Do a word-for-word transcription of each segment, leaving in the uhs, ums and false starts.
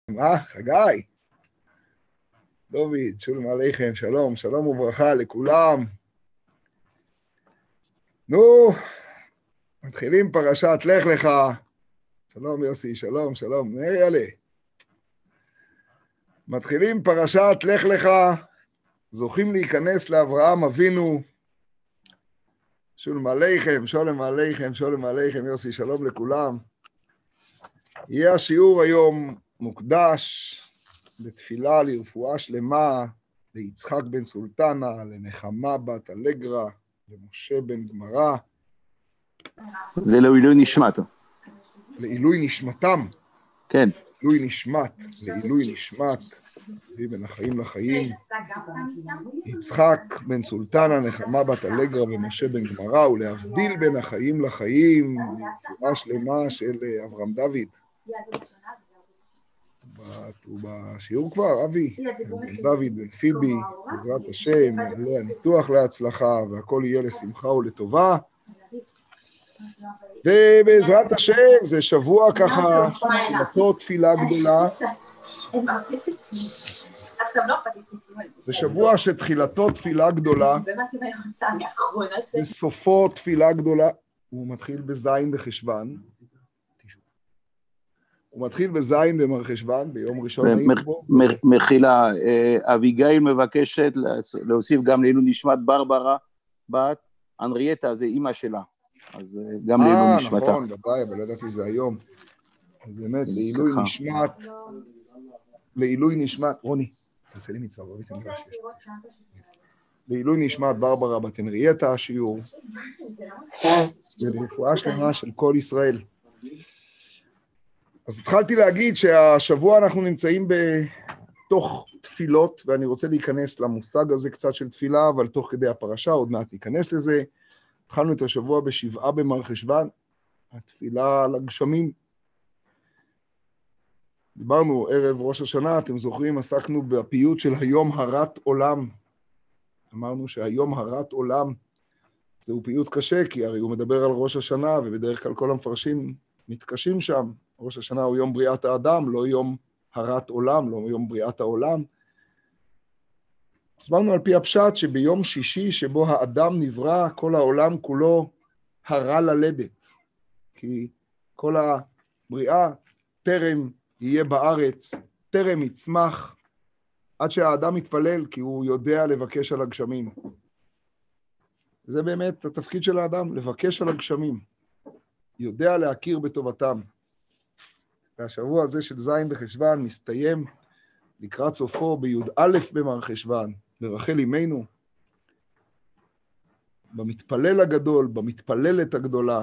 מה? חגי? דוד, שולם עליכם, שלום, שלום וברכה לכולם. נו, מתחילים פרשת לך לך. שלום יוסי, שלום, שלום, נר יאללה. מתחילים פרשת לך לך, זוכים להיכנס לאברהם אבינו. שולם עליכם, שולם עליכם, שולם עליכם, יוסי, שלום לכולם. יהיה השיעור היום מוקדש בתפילה לרפואה שלמה, ליצחק בן סולטנה, לנחמה בת אלגרה, למשה בן גמרא. זה לעילוי נשמת. לעילוי נשמתם. כן. לעילוי נשמת, לעילוי נשמת, בין החיים לחיים. יצחק בן סולטנה, נחמה בת אלגרה ומשה בן גמרא, ולהבדיל בין החיים לחיים, רפואה שלמה של אברהם דוד. הוא בשיעור כבר, אבי, בן דוד, בן פיבי, בעזרת השם, יעלה הניתוח להצלחה, והכל יהיה לשמחה ולטובה. ובעזרת השם, זה שבוע ככה, תחילתו תפילה גדולה. זה שבוע שתחילתו תפילה גדולה, וסופו תפילה גדולה. הוא מתחיל בזין בחשוון. הוא מתחיל בזין במרחשוון, ביום ראשון היינו בו. מחילה, אביגיל מבקשת להוסיף גם לעילוי נשמת ברברה, בת אנריאטה, זה אימא שלה. אז גם לעילוי נשמתה. אה, נכון, בוודאי, אבל לא ידעתי זה היום. אז באמת, לעילוי נשמת, לעילוי נשמת, רוני, תעשה לי מצווה, בואי תנגע שיש. לעילוי נשמת ברברה בת אנריאטה, השיעור. ולרפואה שלמה של כל ישראל. אז התחלתי להגיד שהשבוע אנחנו נמצאים בתוך תפילות, ואני רוצה להיכנס למושג הזה קצת של תפילה, אבל תוך כדי הפרשה, עוד מעט ניכנס לזה. התחלנו את השבוע בשבעה במרחשוון, התפילה על הגשמים. דיברנו ערב ראש השנה, אתם זוכרים, עסקנו בפיוט של היום הרת עולם. אמרנו שהיום הרת עולם, זהו פיוט קשה, כי הרי הוא מדבר על ראש השנה, ובדרך כלל כל המפרשים מתקשים שם. ראש השנה הוא יום בריאת האדם, לא יום הרת עולם, לא יום בריאת העולם. הסברנו על פי הפשט שביום שישי שבו האדם נברא, כל העולם כולו הרע ללדת. כי כל הבריאה טרם יהיה בארץ, טרם יצמח, עד שהאדם מתפלל, כי הוא יודע לבקש על הגשמים. זה באמת התפקיד של האדם, לבקש על הגשמים. יודע להכיר בטובתם. והשבוע הזה של זין בחשוון מסתיים לקראת סופו בי"א במרחשוון, ברחל אמנו, במתפלל הגדול, במתפללת הגדולה.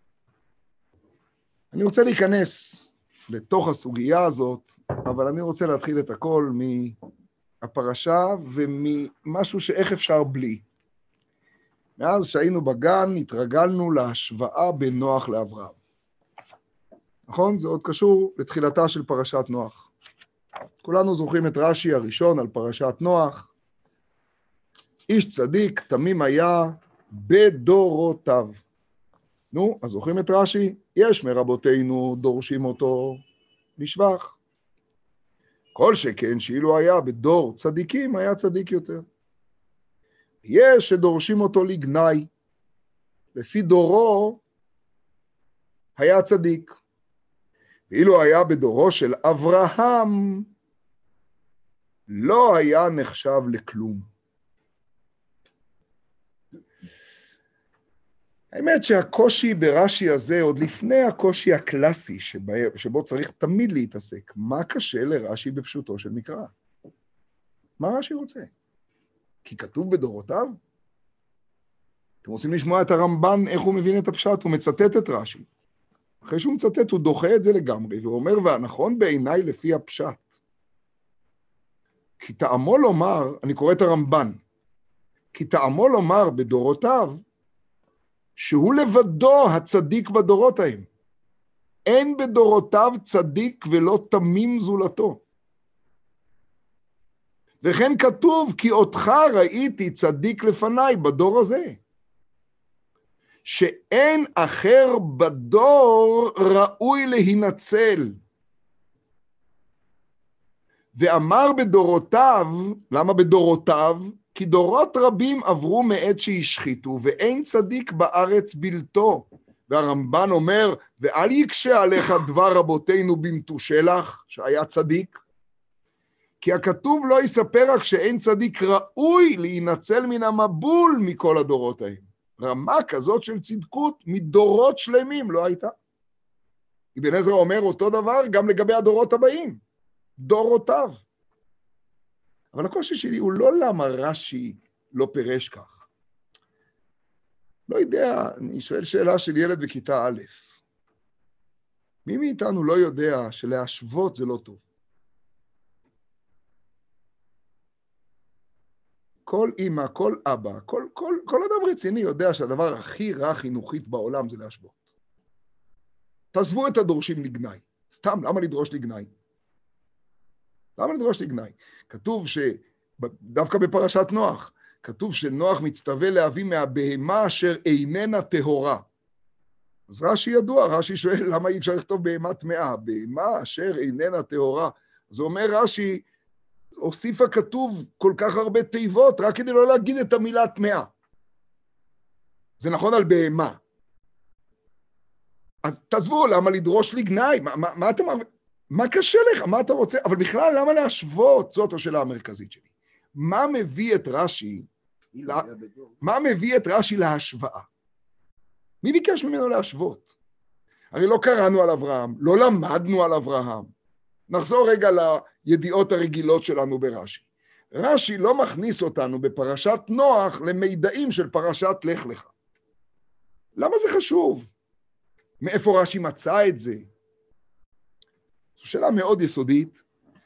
אני רוצה להיכנס לתוך הסוגיה הזאת, אבל אני רוצה להתחיל את הכל מהפרשה וממשהו שאיך אפשר בלי. מאז שהיינו בגן, התרגלנו להשוואה בין נוח לאברהם. נכון? זה עוד קשור לתחילתה של פרשת נוח. כולנו זוכרים את רש"י הראשון על פרשת נוח. איש צדיק, תמים היה בדורותיו. נו, אז זוכרים את רש"י? יש מרבותינו דורשים אותו לשבח. כל שכן שאילו היה בדור צדיקים, היה צדיק יותר. יש שדורשים אותו לגנאי. לפי דורו היה צדיק. ואילו היה בדורו של אברהם, לא היה נחשב לכלום. האמת שהקושי ברש"י הזה, עוד לפני הקושי הקלאסי, שבו, שבו צריך תמיד להתעסק, מה קשה לרש"י בפשוטו של מקרא? מה רש"י רוצה? כי כתוב בדורותיו? אתם רוצים לשמוע את הרמב"ן, איך הוא מבין את הפשט? הוא מצטט את רש"י. אחרי שהוא מצטט, הוא דוחה את זה לגמרי, והוא אומר, והנכון בעיניי לפי הפשט. כי טעמו לומר, אני קורא את הרמב"ן, כי טעמו לומר בדורותיו, שהוא לבדו הצדיק בדורות ההם. אין בדורותיו צדיק ולא תמים זולתו. וכן כתוב, כי אותך ראיתי צדיק לפניי בדור הזה. שאין אחר בדור ראוי להינצל. ואמר בדורותיו, למה בדורותיו? כי דורות רבים עברו מעת שהשחיתו, ואין צדיק בארץ בלתו. והרמב"ן אומר, ואל יקשה עליך דבר רבותינו במתושלח, שהיה צדיק, כי הכתוב לא יספר רק שאין צדיק ראוי להינצל מן המבול מכל הדורות ההם. רמה כזאת של צדקות מדורות שלמים לא הייתה. אבן עזרא אומר אותו דבר גם לגבי הדורות הבאים, דורותיו. אבל הקושי שלי הוא לא למה רש"י לא פירש כך. לא יודע, אני שואל שאלה של ילד בכיתה א', מי מאיתנו לא יודע שלהשוות זה לא טוב? כל אמא, כל אבא, כל, כל, כל אדם רציני יודע שהדבר הכי רע חינוכית בעולם זה להשוות. תעזבו את הדורשים לגנאי. סתם, למה לדרוש לגנאי? למה לדרוש לגנאי? כתוב שדווקא בפרשת נוח, כתוב שנוח מצטווה להביא מהבהמה אשר איננה טהורה. אז רש"י ידוע, רש"י שואל למה אי אפשר לכתוב בהמה טמאה? בהמה אשר איננה טהורה. אז הוא אומר רש"י, הוסיף הכתוב כל כך הרבה תיבות, רק כדי לא להגיד את המילה טמאה. זה נכון על בהמה. אז תעזבו, למה לדרוש לגנאי? מה, מה, מה, אתה, מה קשה לך? מה אתה רוצה? אבל בכלל, למה להשוות? זאת השאלה המרכזית שלי. מה מביא את רש"י, לה, מה מביא את רש"י להשוואה? מי ביקש ממנו להשוות? הרי לא קראנו על אברהם, לא למדנו על אברהם. נחזור רגע לידיעות הרגילות שלנו ברש"י. רש"י לא מכניס אותנו בפרשת נוח למידעים של פרשת לך לך. למה זה חשוב? מאיפה רש"י מצא את זה? זו שאלה מאוד יסודית,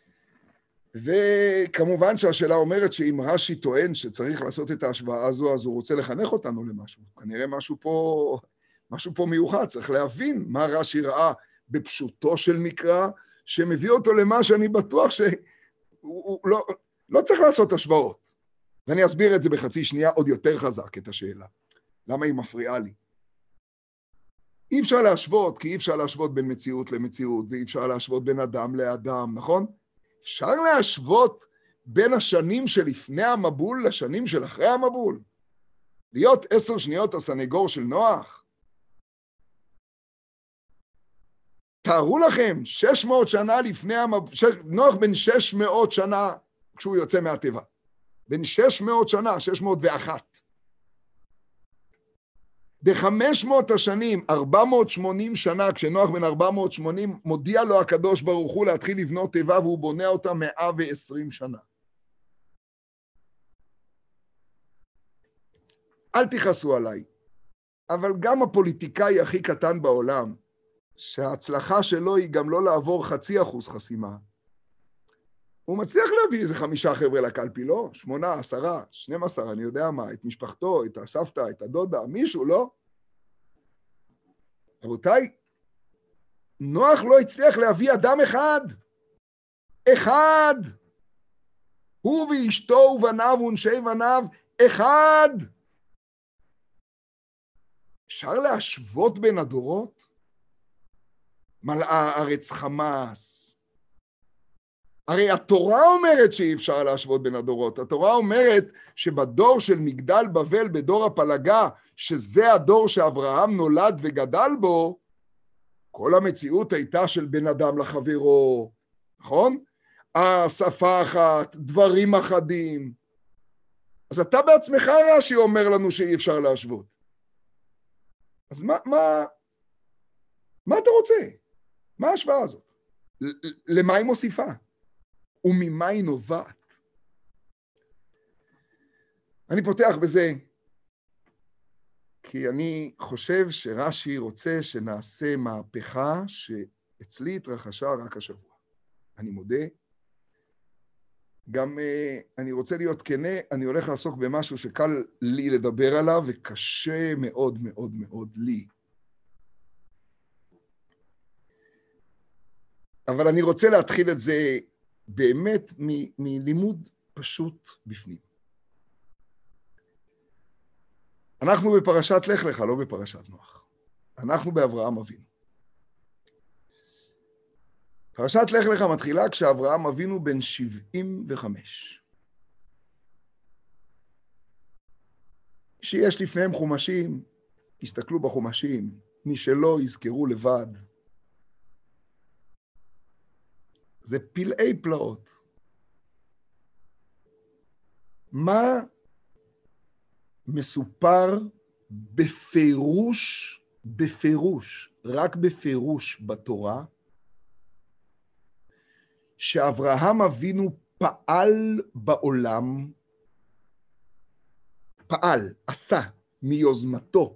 וכמובן שהשאלה אומרת שאם רש"י טוען שצריך לעשות את ההשוואה הזו, אז הוא רוצה לחנך אותנו למשהו. כנראה משהו פה, משהו פה מיוחד, צריך להבין מה רש"י ראה בפשוטו של מקרא, שמביא אותו למה שאני בטוח שהוא לא, לא צריך לעשות השוואות. ואני אסביר את זה בחצי שנייה עוד יותר חזק, את השאלה. למה היא מפריעה לי? אי אפשר להשוות, כי אי אפשר להשוות בין מציאות למציאות, ואי אפשר להשוות בין אדם לאדם, נכון? אפשר להשוות בין השנים שלפני המבול לשנים של אחרי המבול. להיות עשר שניות הסנגור של נוח. תארו לכם, שש מאות שנה לפני המבול, שש, נוח בן שש מאות שנה כשהוא יוצא מהטבע. בין שש מאות שנה, שש מאות ואחת. ב-חמש מאות השנים, ארבע מאות ושמונים שנה, כשנוח בן ארבע מאות ושמונים, מודיע לו הקדוש ברוך הוא להתחיל לבנות תיבה, והוא בונה אותה מאה ועשרים שנה. אל תכעסו עליי, אבל גם הפוליטיקאי הכי קטן בעולם, שההצלחה שלו היא גם לא לעבור חצי אחוז חסימה, הוא מצליח להביא איזה חמישה חבר'ה לקלפי, לא? שמונה, עשרה, שנים עשר, אני יודע מה, את משפחתו, את הסבתא, את הדודה, מישהו, לא? רבותיי, נוח לא הצליח להביא אדם אחד. אחד. הוא ואשתו ובניו ונשי בניו, אחד. אפשר להשוות בין הדורות? מלאה הארץ חמאס. הרי התורה אומרת שאי אפשר להשוות בין הדורות. התורה אומרת שבדור של מגדל בבל, בדור הפלגה, שזה הדור שאברהם נולד וגדל בו, כל המציאות הייתה של בן אדם לחברו, נכון? השפה אחת, דברים אחדים. אז אתה בעצמך רש"י אומר לנו שאי אפשר להשוות. אז מה, מה, מה אתה רוצה? מה ההשוואה הזאת? למה היא מוסיפה? וממה היא נובעת? אני פותח בזה, כי אני חושב שרש"י רוצה שנעשה מהפכה שאצלי התרחשה רק השבוע. אני מודה. גם אני רוצה להיות כנה, אני הולך לעסוק במשהו שקל לי לדבר עליו, וקשה מאוד מאוד מאוד לי. אבל אני רוצה להתחיל את זה באמת מ- מלימוד פשוט בפנים. אנחנו בפרשת לך לך, לא בפרשת נוח. אנחנו באברהם אבינו. פרשת לך לך מתחילה כשאברהם אבינו בן שבעים וחמש. שיש לפניהם חומשים, יסתכלו בחומשים, מי שלא יזכרו לבד. זה פלאי פלאות. מה מסופר בפירוש, בפירוש, רק בפירוש בתורה, שאברהם אבינו פעל בעולם, פעל, עשה, מיוזמתו,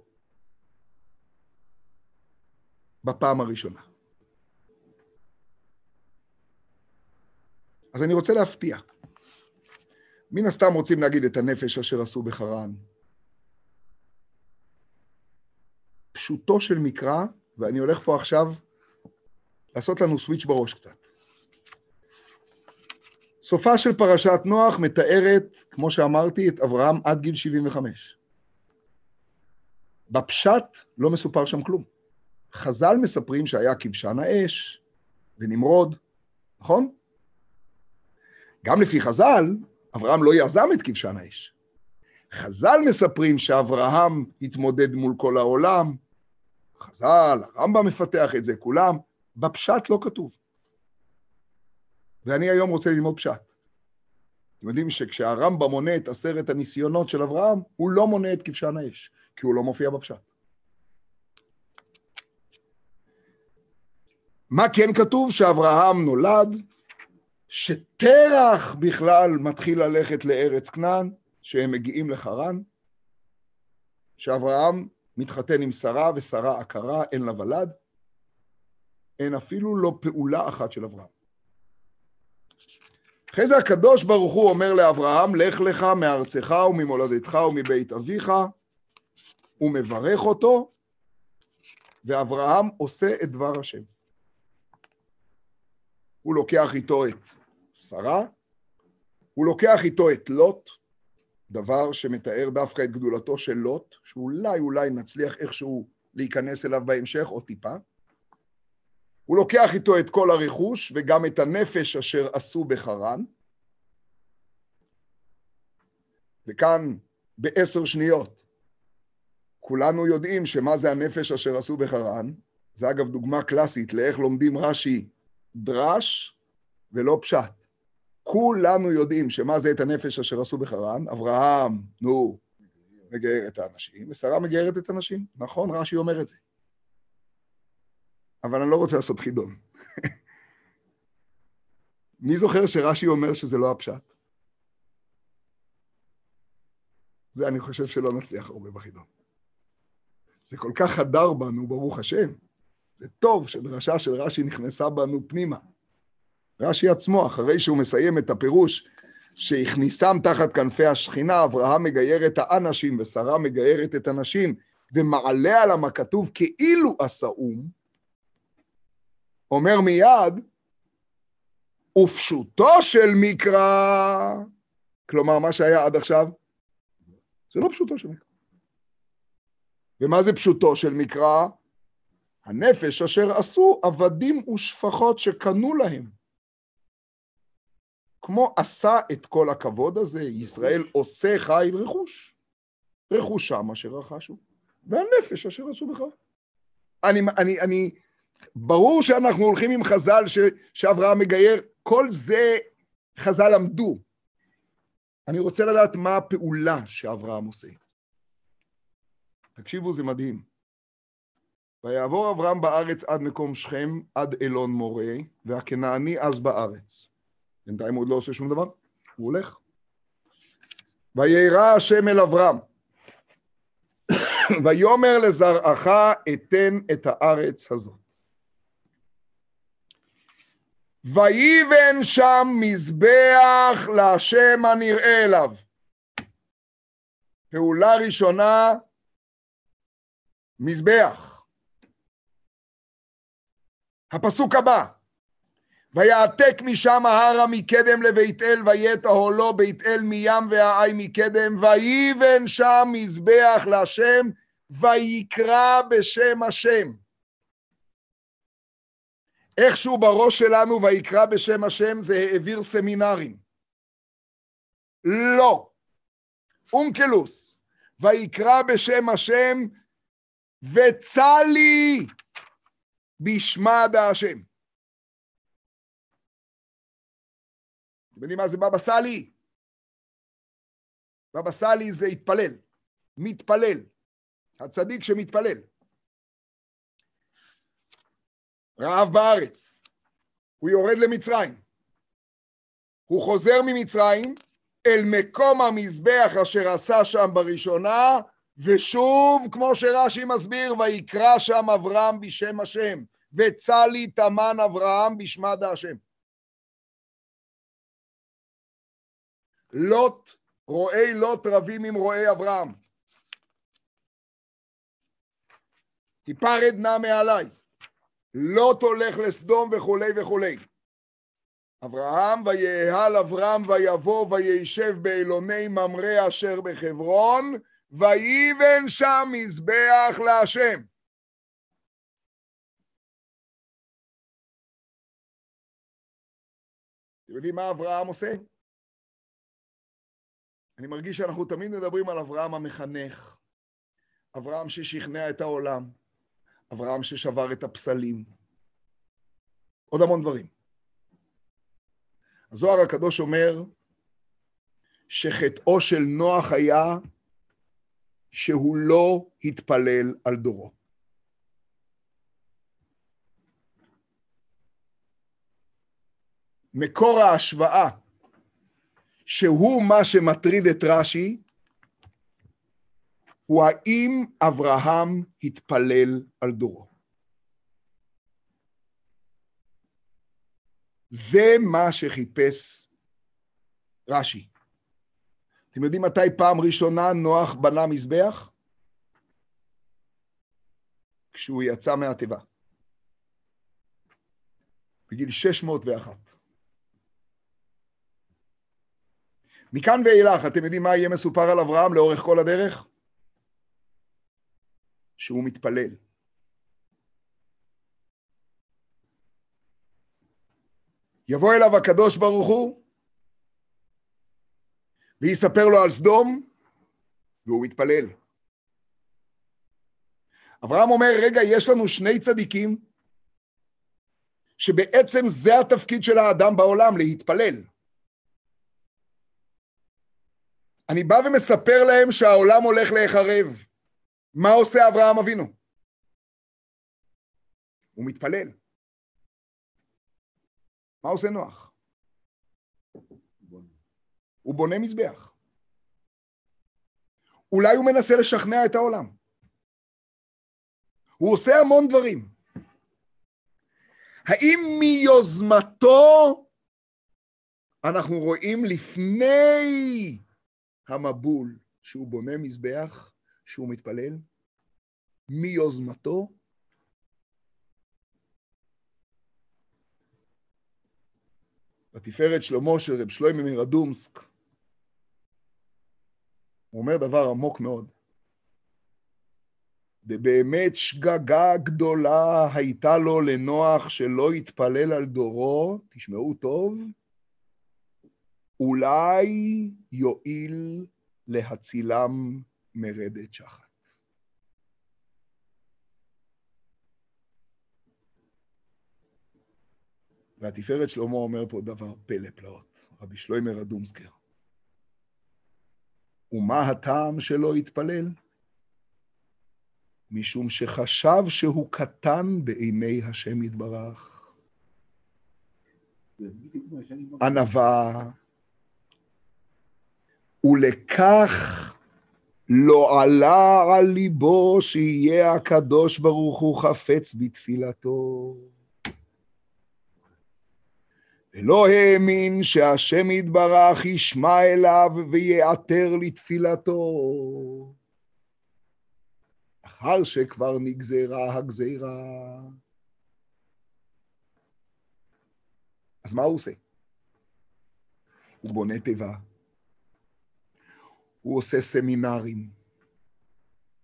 בפעם הראשונה. אז אני רוצה להפתיע. מן הסתם רוצים להגיד את הנפש אשר עשו בחרן. פשוטו של מקרא, ואני הולך פה עכשיו לעשות לנו סוויץ' בראש קצת. סופה של פרשת נוח מתארת, כמו שאמרתי, את אברהם עד גיל שבעים וחמש. בפשט לא מסופר שם כלום. חז"ל מספרים שהיה כבשן האש ונמרוד, נכון? גם לפי חז"ל, אברהם לא יזם את כבשן האש. חז"ל מספרים שאברהם התמודד מול כל העולם, חז"ל, הרמב"ם מפתח את זה, כולם, בפשט לא כתוב. ואני היום רוצה ללמוד פשט. אתם יודעים שכשהרמב"ם מונה את עשרת הניסיונות של אברהם, הוא לא מונה את כבשן האש, כי הוא לא מופיע בפשט. מה כן כתוב? שאברהם נולד, שתרח בכלל מתחיל ללכת לארץ כנען, שהם מגיעים לחרן, שאברהם מתחתן עם שרה, ושרה עקרה, אין לה ולד, אין אפילו לא פעולה אחת של אברהם. אחרי זה הקדוש ברוך הוא אומר לאברהם, לך לך מארצך וממולדתך ומבית אביך, הוא מברך אותו, ואברהם עושה את דבר השם. הוא לוקח איתו את שרה, הוא לוקח איתו את לוט, דבר שמתאר דווקא את גדולתו של לוט, שאולי אולי נצליח איכשהו להיכנס אליו בהמשך, או טיפה. הוא לוקח איתו את כל הרכוש, וגם את הנפש אשר עשו בחרן. וכאן, בעשר שניות, כולנו יודעים שמה זה הנפש אשר עשו בחרן. זה אגב דוגמה קלאסית לאיך לומדים רש"י דרש ולא פשט. כולנו יודעים שמה זה את הנפש אשר עשו בחרן. אברהם, נו, מגייר את האנשים, ושרה מגיירת את האנשים. נכון, רש"י אומר את זה. אבל אני לא רוצה לעשות חידון. מי זוכר שרש"י אומר שזה לא הפשט? זה אני חושב שלא נצליח הרבה בחידון. זה כל כך חדר בנו, ברוך השם. זה טוב שדרשה של רש"י נכנסה בנו פנימה. רש"י עצמו, אחרי שהוא מסיים את הפירוש, שהכניסם תחת כנפי השכינה, אברהם מגייר את האנשים, ושרה מגיירת את הנשים, ומעלה עליהם הכתוב כאילו עשאום, אומר מיד, ופשוטו של מקרא, כלומר מה שהיה עד עכשיו, זה לא פשוטו של מקרא. ומה זה פשוטו של מקרא? הנפש אשר עשו עבדים ושפחות שקנו להם. כמו עשה את כל הכבוד הזה, ישראל עושה חיל רכוש. רכושם אשר רכשו, והנפש אשר עשו בכלל. אני, אני, אני, ברור שאנחנו הולכים עם חז"ל ש, שאברהם מגייר, כל זה חז"ל למדו. אני רוצה לדעת מה הפעולה שאברהם עושה. תקשיבו, זה מדהים. ויעבור אברהם בארץ עד מקום שכם, עד אלון מורה, והכנעני אז בארץ. בינתיים הוא עוד לא עושה שום דבר, הוא הולך. וירא השם אל אברהם, ויאמר לזרעך אתן את הארץ הזאת. ויבן שם מזבח להשם הנראה אליו. פעולה ראשונה, מזבח. הפסוק הבא, ויעתק משם ההרה מקדם לבית אל, ויית אהלו בית אל מים והעי מקדם, ויבן שם מזבח להשם, ויקרא בשם השם. איכשהו בראש שלנו ויקרא בשם השם זה העביר סמינרים. לא. אונקלוס, ויקרא בשם השם וצלי בשמד השם. אתם יודעים מה זה בבא סאלי? בבא סאלי זה התפלל, מתפלל, הצדיק שמתפלל. רעב בארץ, הוא יורד למצרים, הוא חוזר ממצרים אל מקום המזבח אשר עשה שם בראשונה, ושוב, כמו שרש"י מסביר, ויקרא שם אברהם בשם השם, וצלי תמן אברהם בשמד השם. לוט, רועי לוט רבים עם רועי אברהם. תיפרד נא מעליי. לוט הולך לסדום וכולי וכולי. אברהם, ויהל אברהם ויבוא וישב באלוני ממרא אשר בחברון, ויבן שם מזבח להשם. אתם יודעים מה אברהם עושה? אני מרגיש שאנחנו תמיד מדברים על אברהם המחנך, אברהם ששכנע את העולם, אברהם ששבר את הפסלים, עוד המון דברים. הזוהר הקדוש אומר שחטאו של נוח היה שהוא לא התפלל על דורו. מקור ההשוואה שהוא מה שמטריד את רש"י, הוא האם אברהם התפלל על דורו. זה מה שחיפש רש"י. אתם יודעים מתי פעם ראשונה נוח בנה מזבח? כשהוא יצא מהתיבה. בגיל שש מאות ואחת. מכאן ואילך, אתם יודעים מה יהיה מסופר על אברהם לאורך כל הדרך? שהוא מתפלל. יבוא אליו הקדוש ברוך הוא, ויספר לו על סדום, והוא מתפלל. אברהם אומר, רגע, יש לנו שני צדיקים, שבעצם זה התפקיד של האדם בעולם, להתפלל. אני בא ומספר להם שהעולם הולך להיחרב. מה עושה אברהם אבינו? הוא מתפלל. מה עושה נוח? הוא בונה מזבח. אולי הוא מנסה לשכנע את העולם. הוא עושה המון דברים. האם מיוזמתו אנחנו רואים לפני המבול שהוא בונה מזבח, שהוא מתפלל, מיוזמתו? בתפארת שלמה של רב שלמה מרדומסק, הוא אומר דבר עמוק מאוד. באמת שגגה גדולה הייתה לו לנוח שלא יתפלל על דורו, תשמעו טוב, אולי יועיל להצילם מרדת שחת. והתפארת שלמה אומר פה דבר פלא פלאות, רבי שלמה רדומסקר. ומה הטעם שלא יתפלל? משום שחשב שהוא קטן בעיני השם יתברך. ענווה, ולכך לא עלה על ליבו שיהיה הקדוש ברוך הוא חפץ בתפילתו. ולא האמין שהשם יתברך ישמע אליו ויעתר לתפילתו. אחר שכבר נגזרה הגזירה. אז מה הוא עושה? הוא בונה תיבה. הוא עושה סמינרים.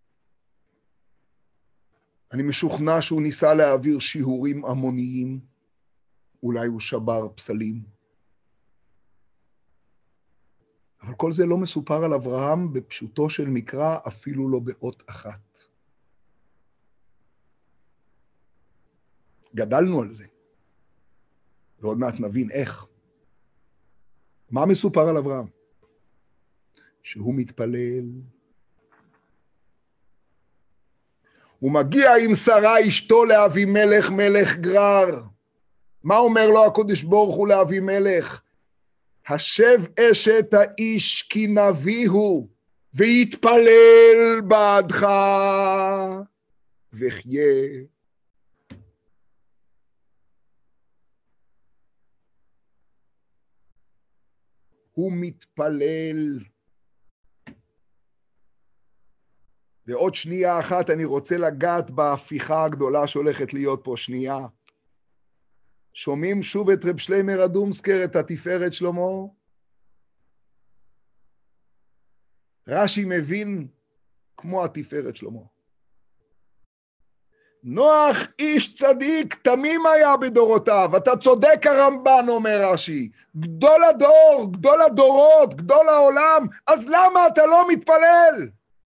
אני משוכנע שהוא ניסה להעביר שיעורים המוניים. אולי הוא שבר פסלים. אבל כל זה לא מסופר על אברהם בפשוטו של מקרא, אפילו לא באות אחת. גדלנו על זה, ועוד מעט נבין איך. מה מסופר על אברהם? שהוא מתפלל. הוא מגיע עם שרה אשתו לאבימלך מלך גרר. מה אומר לו הקדוש ברוך הוא לאבימלך? השב אשת האיש כי נביא הוא, ויתפלל בעדך, וחיה. הוא מתפלל. ועוד שנייה אחת אני רוצה לגעת בהפיכה הגדולה שהולכת להיות פה, שנייה. שומעים שוב את רב שליימר אדומסקר, את התפארת שלמה? רש"י מבין כמו התפארת שלמה. נוח איש צדיק תמים היה בדורותיו, אתה צודק הרמב"ן אומר רש"י, גדול הדור, גדול הדורות, גדול העולם, אז למה אתה לא מתפלל?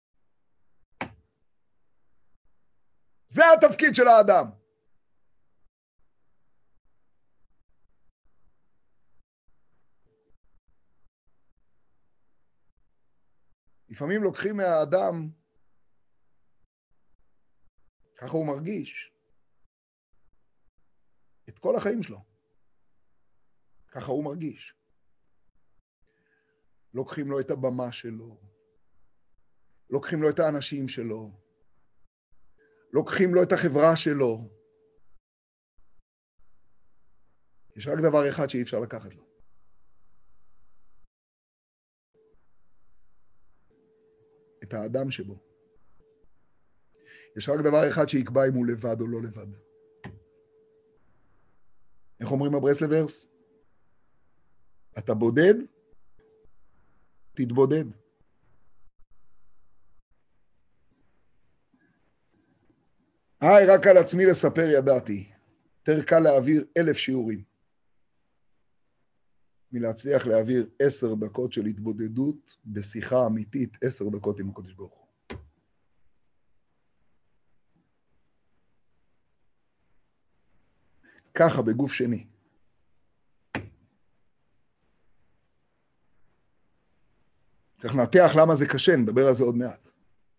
זה התפקיד של האדם. לפעמים לוקחים מהאדם, ככה הוא מרגיש, את כל החיים שלו. ככה הוא מרגיש. לוקחים לו את הבמה שלו, לוקחים לו את האנשים שלו, לוקחים לו את החברה שלו. יש רק דבר אחד שאי אפשר לקחת לו. את האדם שבו. יש רק דבר אחד שיקבע אם הוא לבד או לא לבד. איך אומרים הברסלברס? אתה בודד? תתבודד. היי, רק על עצמי לספר ידעתי. יותר קל להעביר אלף שיעורים. מלהצליח להעביר עשר דקות של התבודדות בשיחה אמיתית, עשר דקות עם הקדוש ברוך הוא. ככה בגוף שני. צריך לנתח למה זה קשה, נדבר על זה עוד מעט.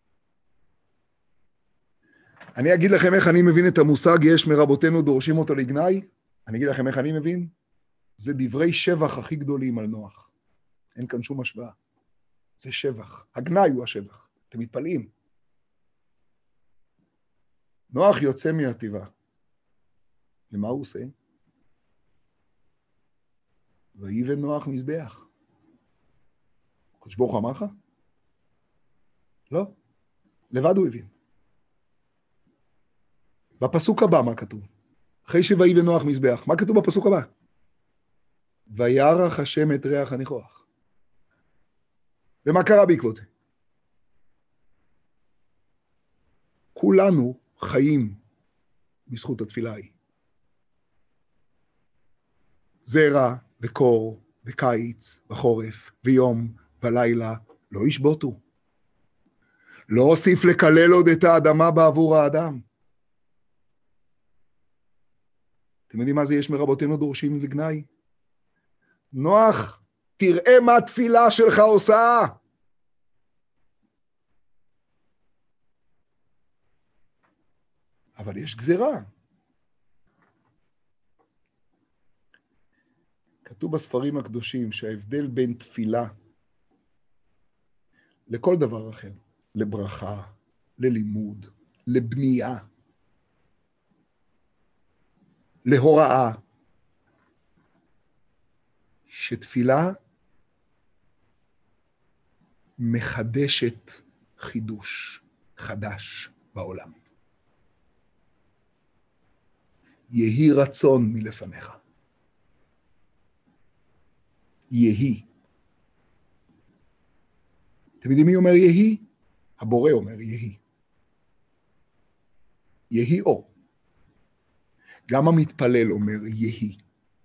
אני אגיד לכם איך אני מבין את המושג, יש מרבותינו דורשים אותו לגנאי. אני אגיד לכם איך אני מבין. זה דברי שבח הכי גדולים על נוח. אין כאן שום השוואה. זה שבח. הגנאי הוא השבח. אתם מתפלאים. נוח יוצא מהתיבה. ומה הוא עושה? ויבן נוח מזבח. הקדוש ברוך הוא אמר לך? לא. לבד הוא הבין. בפסוק הבא מה כתוב? אחרי שויבן נוח מזבח. מה כתוב בפסוק הבא? וירח השם את ריח הניחוח. ומה קרה בעקבות זה? כולנו חיים בזכות התפילה ההיא. זרע וקור וקיץ וחורף ויום ולילה לא ישבותו. לא הוסיף לקלל עוד את האדמה בעבור האדם. אתם יודעים מה זה יש מרבותינו דורשים לגנאי? נוח, תראה מה התפילה שלך עושה. אבל יש גזירה. כתוב בספרים הקדושים שההבדל בין תפילה לכל דבר אחר, לברכה, ללימוד, לבנייה, להוראה, שתפילה מחדשת חידוש חדש בעולם. יהי רצון מלפניך. יהי. אתם יודעים מי אומר יהי? הבורא אומר יהי. יהי אור. גם המתפלל אומר יהי.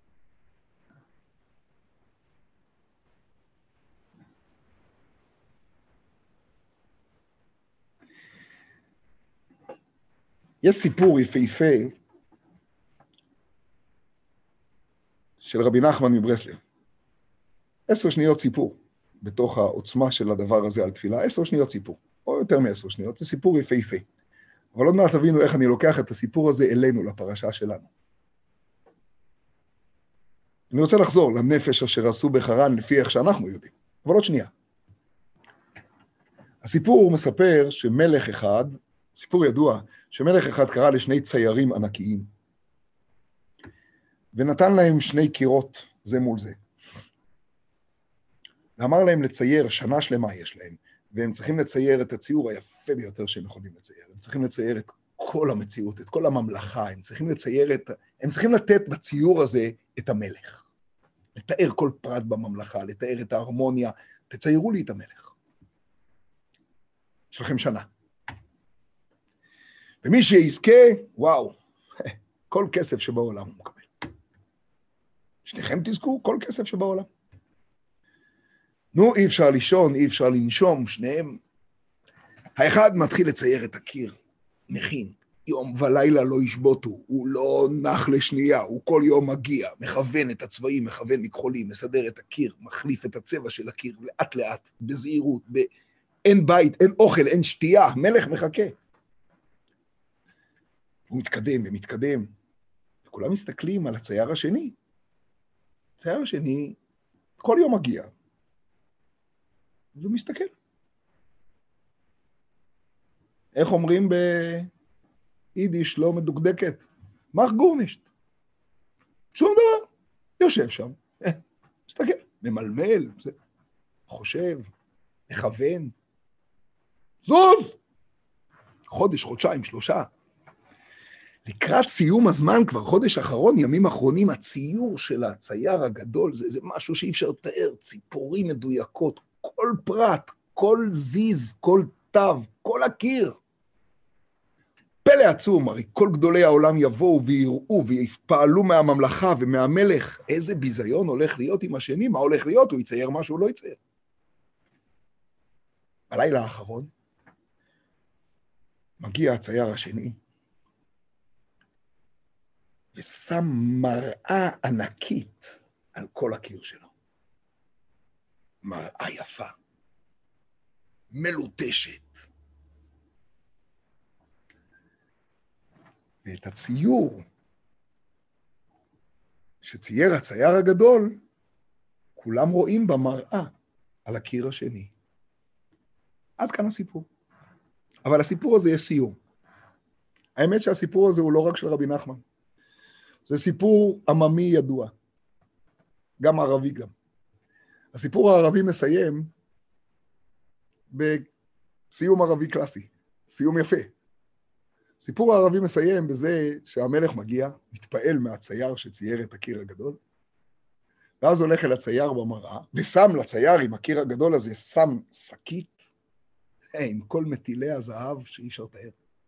יש סיפור יפהפה של רבי נחמן מברסלב. עשר שניות סיפור, בתוך העוצמה של הדבר הזה על תפילה, עשר שניות סיפור, או יותר מעשר שניות, זה סיפור יפהפה. אבל עוד מעט תבינו איך אני לוקח את הסיפור הזה אלינו, לפרשה שלנו. אני רוצה לחזור לנפש אשר עשו בחרן לפי איך שאנחנו יודעים, אבל עוד שנייה. הסיפור מספר שמלך אחד, סיפור ידוע, שמלך אחד קרא לשני ציירים ענקיים, ונתן להם שני קירות זה מול זה. ואמר להם לצייר, שנה שלמה יש להם, והם צריכים לצייר את הציור היפה ביותר שהם יכולים לצייר. הם צריכים לצייר את כל המציאות, את כל הממלכה, הם צריכים לצייר את, הם צריכים לתת בציור הזה את המלך. לתאר כל פרט בממלכה, לתאר את ההרמוניה, תציירו לי את המלך. יש לכם שנה. ומי שיזכה, וואו, כל כסף שבעולם הוא מקבל. שניכם תזכו, כל כסף שבעולם. נו, אי אפשר לישון, אי אפשר לנשום, שניהם. האחד מתחיל לצייר את הקיר, מכין, יום ולילה לא ישבותו, הוא לא נח לשנייה, הוא כל יום מגיע, מכוון את הצבעים, מכוון מכחולים, מסדר את הקיר, מחליף את הצבע של הקיר, לאט לאט, בזהירות, ב... אין בית, אין אוכל, אין שתייה, מלך מחכה. הוא מתקדם ומתקדם, וכולם מסתכלים על הצייר השני. הצייר השני כל יום מגיע, והוא מסתכל. איך אומרים ביידיש לא מדוקדקת? מח גורנישט. שום דבר. יושב שם, מסתכל, ממלמל, חושב, מכוון. זוז! חודש, חודשיים, שלושה. לקראת סיום הזמן, כבר חודש אחרון, ימים אחרונים, הציור של הצייר הגדול, זה, זה משהו שאי אפשר לתאר, ציפורים מדויקות, כל פרט, כל זיז, כל תו, כל הקיר. פלא עצום, הרי כל גדולי העולם יבואו ויראו ויפעלו מהממלכה ומהמלך, איזה ביזיון הולך להיות עם השני, מה הולך להיות, הוא יצייר משהו, לא יצייר. בלילה האחרון, מגיע הצייר השני, ושם מראה ענקית על כל הקיר שלו. מראה יפה, מלוטשת. ואת הציור שצייר הצייר הגדול, כולם רואים במראה על הקיר השני. עד כאן הסיפור. אבל הסיפור הזה יש סיום. האמת שהסיפור הזה הוא לא רק של רבי נחמן. זה סיפור עממי ידוע. גם ערבי גם. הסיפור הערבי מסיים בסיום ערבי קלאסי. סיום יפה. סיפור הערבי מסיים בזה שהמלך מגיע, מתפעל מהצייר שצייר את הקיר הגדול, ואז הולך אל הצייר במראה, ושם לצייר עם הקיר הגדול הזה, שם שקית, עם כל מטילי הזהב שאי אפשר לתאר.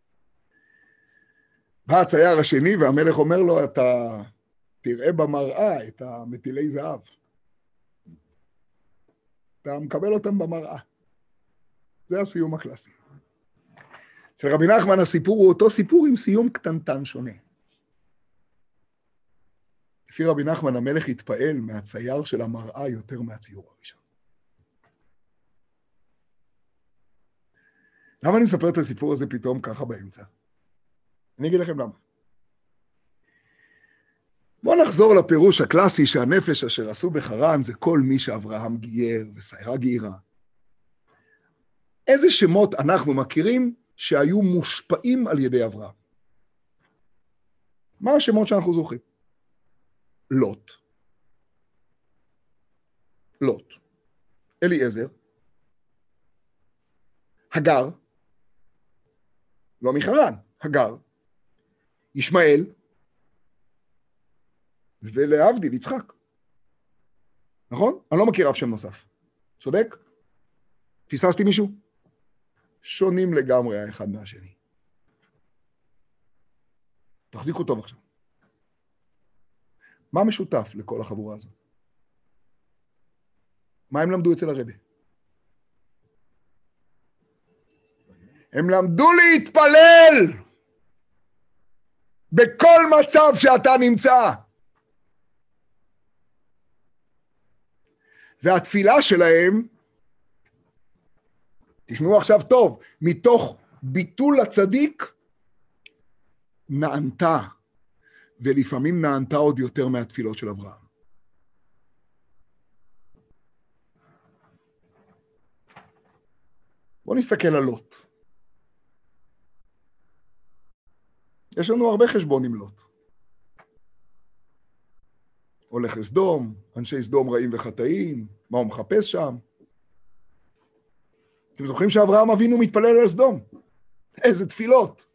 בא הצייר השני, והמלך אומר לו, אתה תראה במראה את המטילי זהב. אתה מקבל אותם במראה. זה הסיום הקלאסי. אצל רבי נחמן הסיפור הוא אותו סיפור עם סיום קטנטן שונה. לפי רבי נחמן המלך התפעל מהצייר של המראה יותר מהציור הראשון. למה אני מספר את הסיפור הזה פתאום ככה באמצע? אני אגיד לכם למה. בואו נחזור לפירוש הקלאסי שהנפש אשר עשו בחרן זה כל מי שאברהם גייר וסיירה גיירה. איזה שמות אנחנו מכירים שהיו מושפעים על ידי אברהם? מה השמות שאנחנו זוכרים? לוט. לוט. אליעזר. הגר. לא מחרן, הגר. ישמעאל. ולהבדיל, יצחק. נכון? אני לא מכיר אף שם נוסף. צודק? פספסתי מישהו? שונים לגמרי האחד מהשני. תחזיקו טוב עכשיו. מה משותף לכל החבורה הזו? מה הם למדו אצל הרבי? הם למדו להתפלל! בכל מצב שאתה נמצא. והתפילה שלהם, תשמעו עכשיו טוב, מתוך ביטול הצדיק, נענתה, ולפעמים נענתה עוד יותר מהתפילות של אברהם. בואו נסתכל על לוט. יש לנו הרבה חשבון עם לוט. הולך לסדום, אנשי סדום רעים וחטאים, מה הוא מחפש שם? אתם זוכרים שאברהם אבינו מתפלל על סדום? איזה תפילות.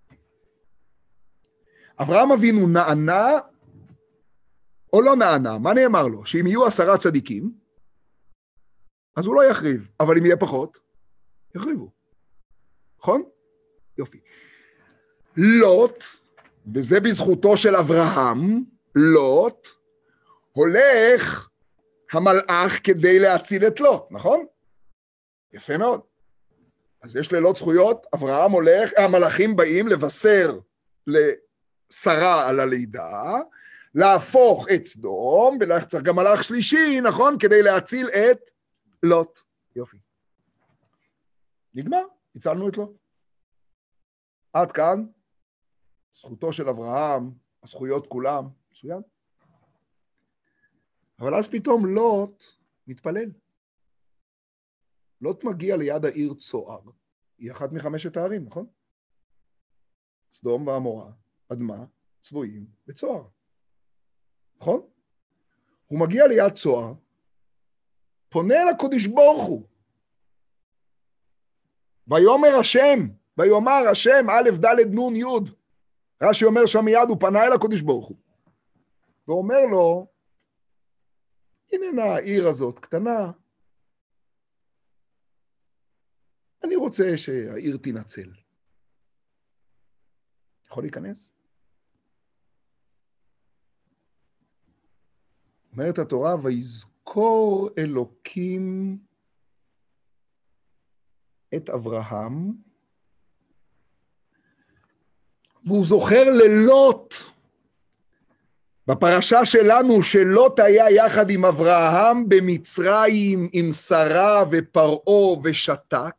אברהם אבינו נענה או לא נענה? מה נאמר לו? שאם יהיו עשרה צדיקים, אז הוא לא יחריב, אבל אם יהיה פחות, יחריבו. נכון? יופי. לוט, וזה בזכותו של אברהם, לוט, הולך המלאך כדי להציל את לוט, נכון? יפה מאוד. אז יש ללוט זכויות, אברהם הולך, המלאכים באים לבשר לשרה על הלידה, להפוך את סדום, ולצריך גם מלאך שלישי, נכון? כדי להציל את לוט. יופי. נגמר, הצלנו את לוט. עד כאן, זכותו של אברהם, הזכויות כולם, מצוין. אבל אז פתאום לוט מתפלל. לוט מגיע ליד העיר צוער, היא אחת מחמשת הערים, נכון? סדום ועמורה, אדמה, צבועים וצוער. נכון? הוא מגיע ליד צוער, פונה אל הקדוש ברוך הוא. ויאמר השם, ויאמר השם, א' ד' נ' י'. רש"י אומר שם מיד, הוא פנה אל הקדוש ברוך הוא. ואומר לו, הנה העיר הזאת קטנה, אני רוצה שהעיר תנצל. יכול להיכנס? אומרת התורה, ויזכור אלוקים את אברהם, והוא זוכר ללוט, בפרשה שלנו, שלוט היה יחד עם אברהם במצרים, עם שרה ופרעה ושתק,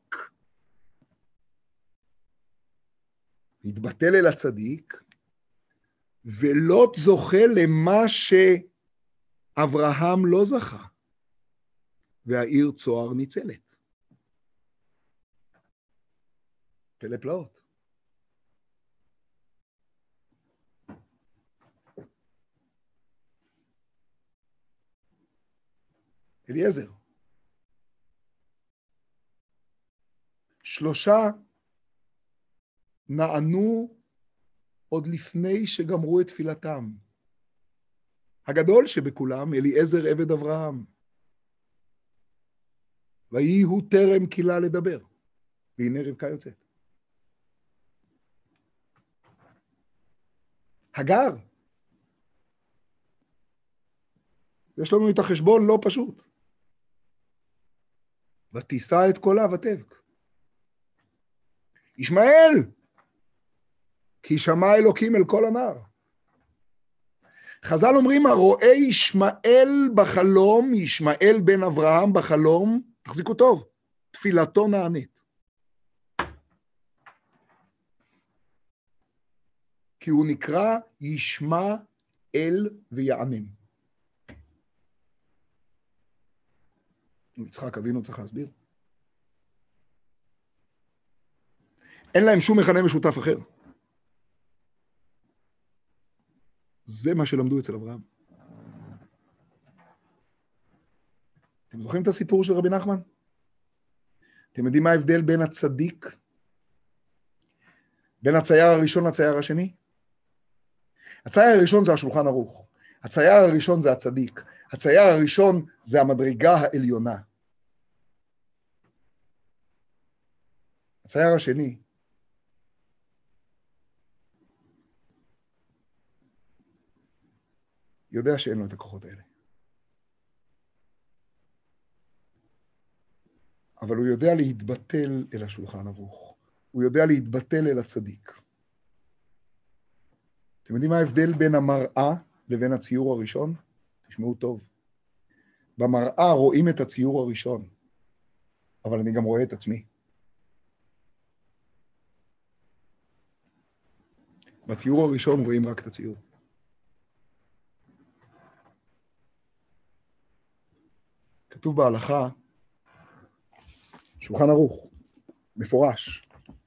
התבטל אל הצדיק, ולוט זוכה למה שאברהם לא זכה, והעיר צוער ניצלת. פלא פלאות. אליעזר. שלושה נענו עוד לפני שגמרו את תפילתם. הגדול שבכולם, אליעזר עבד אברהם. ויהי הוא טרם קילה לדבר, והנה רבקה יוצאת. הגר. יש לנו את החשבון לא פשוט. ותישא את קולה ותבק. ישמעאל, כי שמע אלוקים אל כל הנער. חז"ל אומרים, הרואה ישמעאל בחלום, ישמעאל בן אברהם בחלום, תחזיקו טוב, תפילתו נענית. כי הוא נקרא ישמע אל ויענם. יצחק אבינו צריך להסביר. אין להם שום מכנה משותף אחר. זה מה שלמדו אצל אברהם. אתם זוכרים את הסיפור של רבי נחמן? אתם יודעים מה ההבדל בין הצדיק, בין הצייר הראשון לצייר השני? הצייר הראשון זה השולחן ערוך. הצייר הראשון זה הצדיק. הצייר הראשון זה המדרגה העליונה. הצייר השני, יודע שאין לו את הכוחות האלה. אבל הוא יודע להתבטל אל השולחן ערוך. הוא יודע להתבטל אל הצדיק. אתם יודעים מה ההבדל בין המראה לבין הציור הראשון? תשמעו טוב. במראה רואים את הציור הראשון, אבל אני גם רואה את עצמי. בציור הראשון רואים רק את הציור. כתוב בהלכה, שולחן ערוך, מפורש.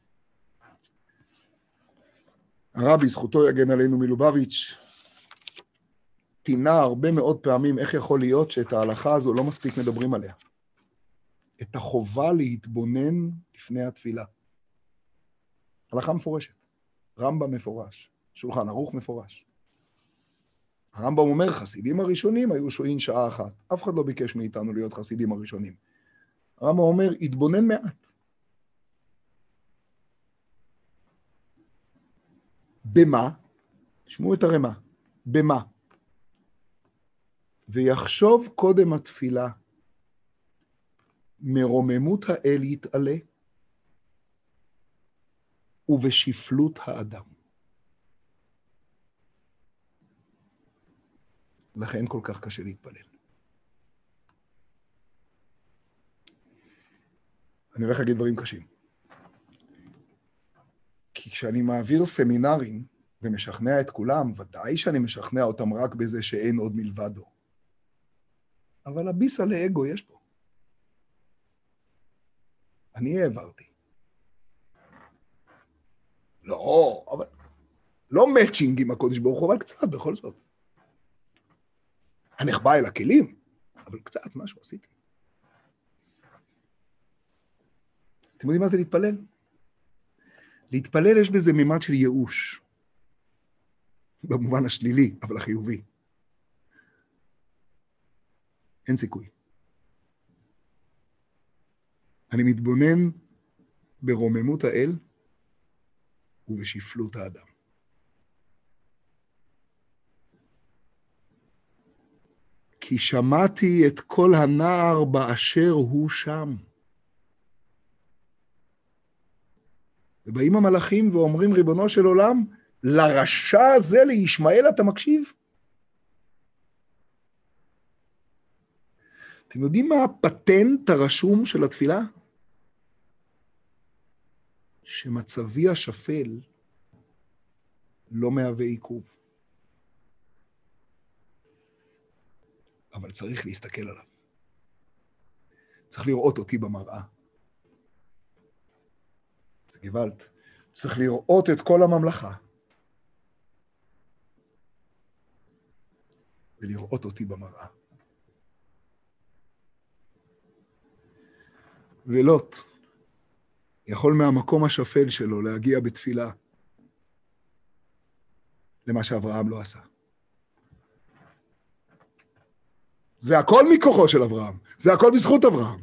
הרבי, זכותו יגן עלינו מלובביץ', תינה הרבה מאוד פעמים איך יכול להיות שאת ההלכה הזו לא מספיק מדברים עליה. את החובה להתבונן לפני התפילה. הלכה מפורשת. רמב"ם מפורש. שולחן ערוך מפורש. הרמב"ם אומר, חסידים הראשונים היו שוהים שעה אחת. אף אחד לא ביקש מאיתנו להיות חסידים הראשונים. הרמב"ם אומר, התבונן מעט. במה? תשמעו את הרמה. במה? ויחשוב קודם התפילה, מרוממות האל יתעלה, ובשפלות האדם. לכן כל כך קשה להתפלל. אני הולך להגיד דברים קשים. כי כשאני מעביר סמינרים ומשכנע את כולם, ודאי שאני משכנע אותם רק בזה שאין עוד מלבדו. אבל הביסה לאגו יש פה. אני העברתי. לא, אבל... לא מאצ'ינג עם הקודש ברוך הוא, אבל קצת בכל זאת. הנחבא אל הכלים, אבל קצת משהו עשיתי. אתם יודעים מה זה להתפלל? להתפלל יש בזה ממד של ייאוש. במובן השלילי, אבל החיובי. אין סיכוי. אני מתבונן ברוממות האל ובשפלות האדם. כי שמעתי את כל הנער באשר הוא שם. ובאים המלאכים ואומרים, ריבונו של עולם, לרשע הזה, לישמעאל, אתה מקשיב? אתם יודעים מה הפטנט הרשום של התפילה? שמצבי השפל לא מהווה עיכוב. אבל צריך להסתכל עליו. צריך לראות אותי במראה. זה גוואלד. צריך לראות את כל הממלכה. ולראות אותי במראה. ולוט יכול מהמקום השפל שלו להגיע בתפילה למה שאברהם לא עשה. זה הכל מכוחו של אברהם, זה הכל בזכות אברהם.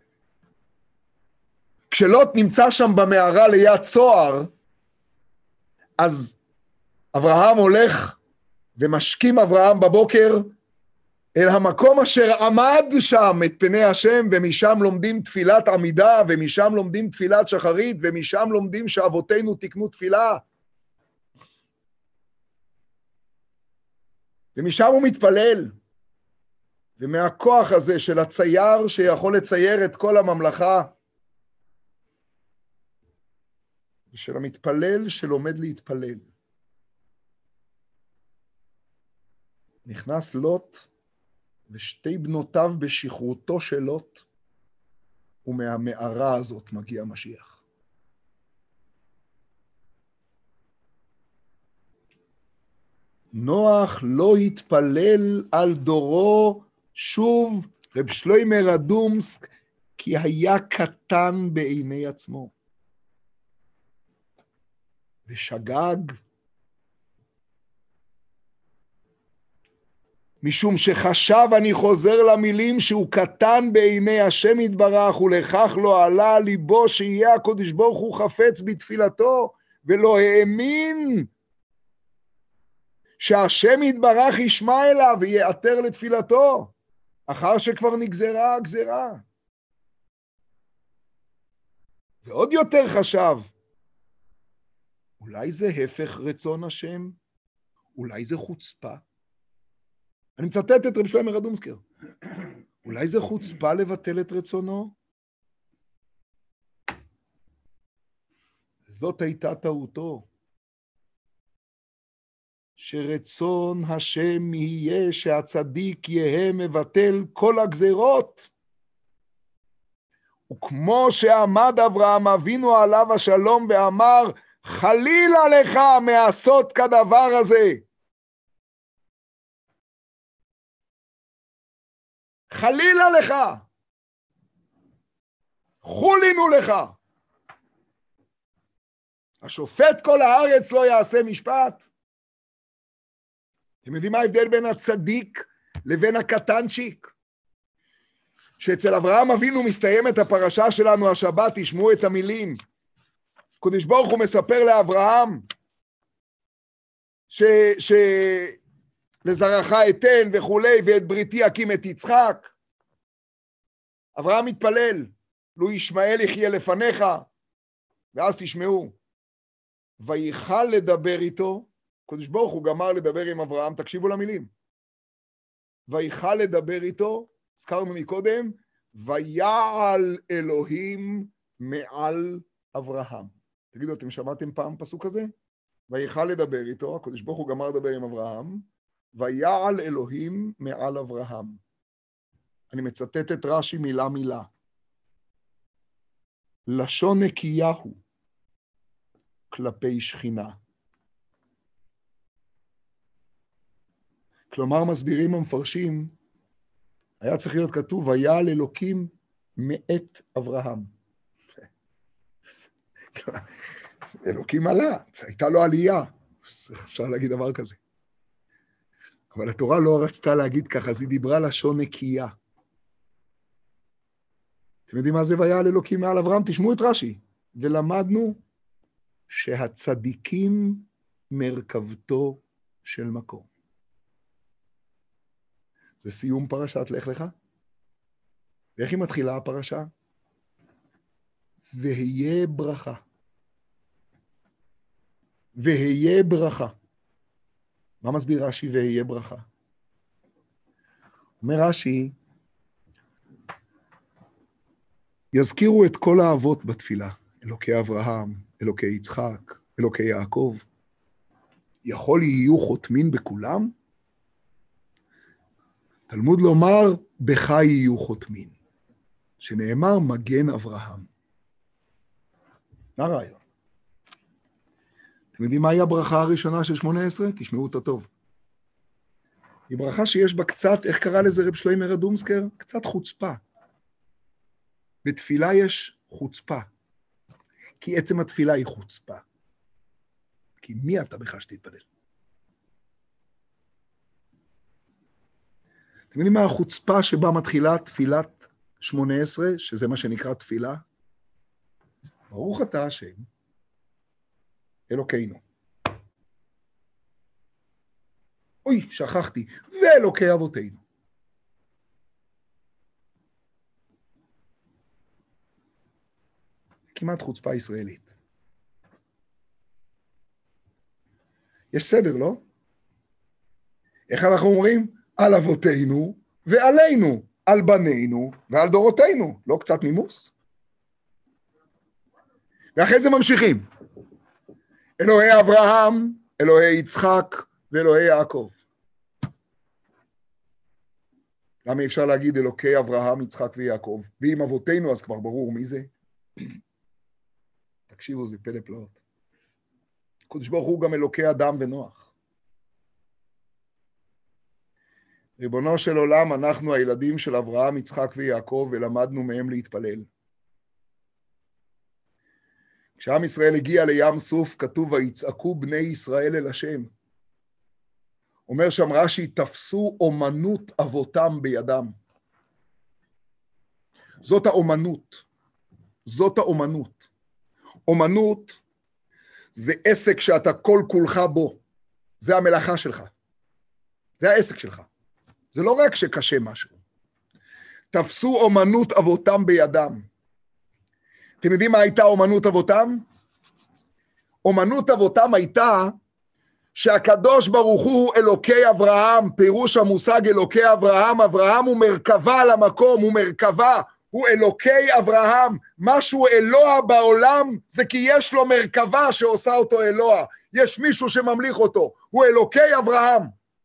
כשלוט נמצא שם במערה ליד צוהר, אז אברהם הולך ומשכים אברהם בבוקר אל המקום אשר עמד שם את פני השם, ומשם לומדים תפילת עמידה, ומשם לומדים תפילת שחרית, ומשם לומדים שאבותינו תקנו תפילה. ומשם הוא מתפלל. ומהכוח הזה של הצייר שיכול לצייר את כל הממלכה, ושל המתפלל שלומד להתפלל, נכנס לוט ושתי בנותיו בשכרותו של לוט, ומהמערה הזאת מגיע משיח. נוח לא התפלל על דורו שוב, רב שלוימי רדומסק, כי היה קטן בעיני עצמו. ושגג, משום שחשב, אני חוזר למילים, שהוא קטן בעיני השם יתברך, ולכך לא עלה ליבו שיהיה הקדוש ברוך הוא חפץ בתפילתו, ולא האמין שהשם יתברך ישמע אליו ויעתר לתפילתו, אחר שכבר נגזרה הגזרה. ועוד יותר חשב, אולי זה הפך רצון השם? אולי זה חוצפה? אני מצטט את רב שלמה רדומסקר. אולי זה חוצפה לבטל את רצונו? זאת הייתה טעותו. שרצון השם יהיה שהצדיק יהיה מבטל כל הגזרות. וכמו שעמד אברהם אבינו עליו השלום ואמר, חלילה לך מעשות כדבר הזה. חלילה לך. חולינו לך. השופט כל הארץ לא יעשה משפט. אתם יודעים מה ההבדל בין הצדיק לבין הקטנצ'יק? שאצל אברהם אבינו מסתיימת הפרשה שלנו השבת, תשמעו את המילים. קדוש ברוך הוא מספר לאברהם, ש... ש... לזרעך אתן וכולי, ואת בריתי אקים את יצחק. אברהם מתפלל, לו ישמעאל יחיה לפניך, ואז תשמעו. ויכל לדבר איתו, קדוש ברוך הוא גמר לדבר עם אברהם, תקשיבו למילים. ויכל לדבר איתו, הזכרנו מקודם, ויעל אלוהים מעל אברהם. תגידו, אתם שמעתם פעם פסוק כזה? ויכל לדבר איתו, הקדוש ברוך הוא גמר לדבר עם אברהם, ויעל אלוהים מעל אברהם. אני מצטט את רש"י מילה מילה. לשון נקייה הוא כלפי שכינה. כלומר, מסבירים המפרשים, היה צריך להיות כתוב, ויעל אלוקים מאת אברהם. אלוקים עלה, הייתה לו עלייה. אפשר להגיד דבר כזה. אבל התורה לא רצתה להגיד ככה, אז היא דיברה לשון נקייה. אתם יודעים מה זה ויעל אלוקים מעל אברהם? תשמעו את רש"י. ולמדנו שהצדיקים מרכבתו של מקום. זה סיום פרשת לך לך. ואיך היא מתחילה הפרשה? והיה ברכה. והיה ברכה. מה מסביר רש"י והיה ברכה? אומר רש"י, יזכירו את כל האבות בתפילה, אלוקי אברהם, אלוקי יצחק, אלוקי יעקב. יכול יהיו חותמין בכולם? תלמוד לומר, בך יהיו חותמין, שנאמר מגן אברהם. מה הרעיון? אתם יודעים מהי הברכה הראשונה של שמונה עשרה? תשמעו אותה טוב. היא ברכה שיש בה קצת, איך קרא לזה רב שלמה רדומסקר? קצת חוצפה. בתפילה יש חוצפה. כי עצם התפילה היא חוצפה. כי מי אתה בכלל שתתפלל? אתם יודעים מה החוצפה שבה מתחילה תפילת שמונה עשרה, שזה מה שנקרא תפילה? ברוך אתה השם, אלוקינו. אוי, שכחתי, ואלוקי אבותינו. כמעט חוצפה ישראלית. יש סדר, לא? איך אנחנו אומרים? על אבותינו ועלינו, על בנינו ועל דורותינו. לא קצת נימוס? ואחרי זה ממשיכים. אלוהי אברהם, אלוהי יצחק ואלוהי יעקב. למה אפשר להגיד אלוקי אברהם, יצחק ויעקב? ואם אבותינו אז כבר ברור מי זה. תקשיבו, זה פלא פלאות. קדוש ברוך הוא גם אלוקי אדם ונוח. ריבונו של עולם, אנחנו הילדים של אברהם, יצחק ויעקב, ולמדנו מהם להתפלל. כשעם ישראל הגיע לים סוף, כתוב, ויצעקו בני ישראל אל השם. אומר שם רש"י, תפסו אומנות אבותם בידם. זאת האומנות. זאת האומנות. אומנות זה עסק שאתה כל כולך בו. זה המלאכה שלך. זה העסק שלך. זה לא רק שקשה משהו. תפסו אומנות אבותם בידם. אתם יודעים מה הייתה אומנות אבותם? אומנות אבותם הייתה שהקדוש ברוך הוא אלוקי אברהם, פירוש המושג אלוקי אברהם, אברהם הוא מרכבה על המקום, הוא מרכבה, הוא אלוקי אברהם, משהו אלוה בעולם, זה כי יש לו מרכבה שעושה אותו אלוה, יש מישהו שממליך אותו, הוא אלוקי אברהם.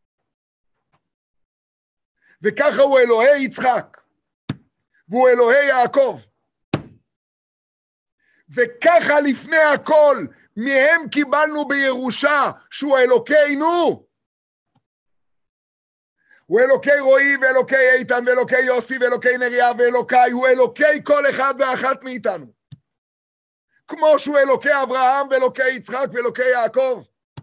וככה הוא אלוהי יצחק, והוא אלוהי יעקב. וככה לפני הכל, מהם קיבלנו בירושה שהוא אלוקינו. הוא אלוקי רועי ואלוקי איתן ואלוקי יוסי ואלוקי נריה ואלוקי, הוא אלוקי כל אחד ואחת מאיתנו. כמו שהוא אלוקי אברהם ואלוקי יצחק ואלוקי יעקב.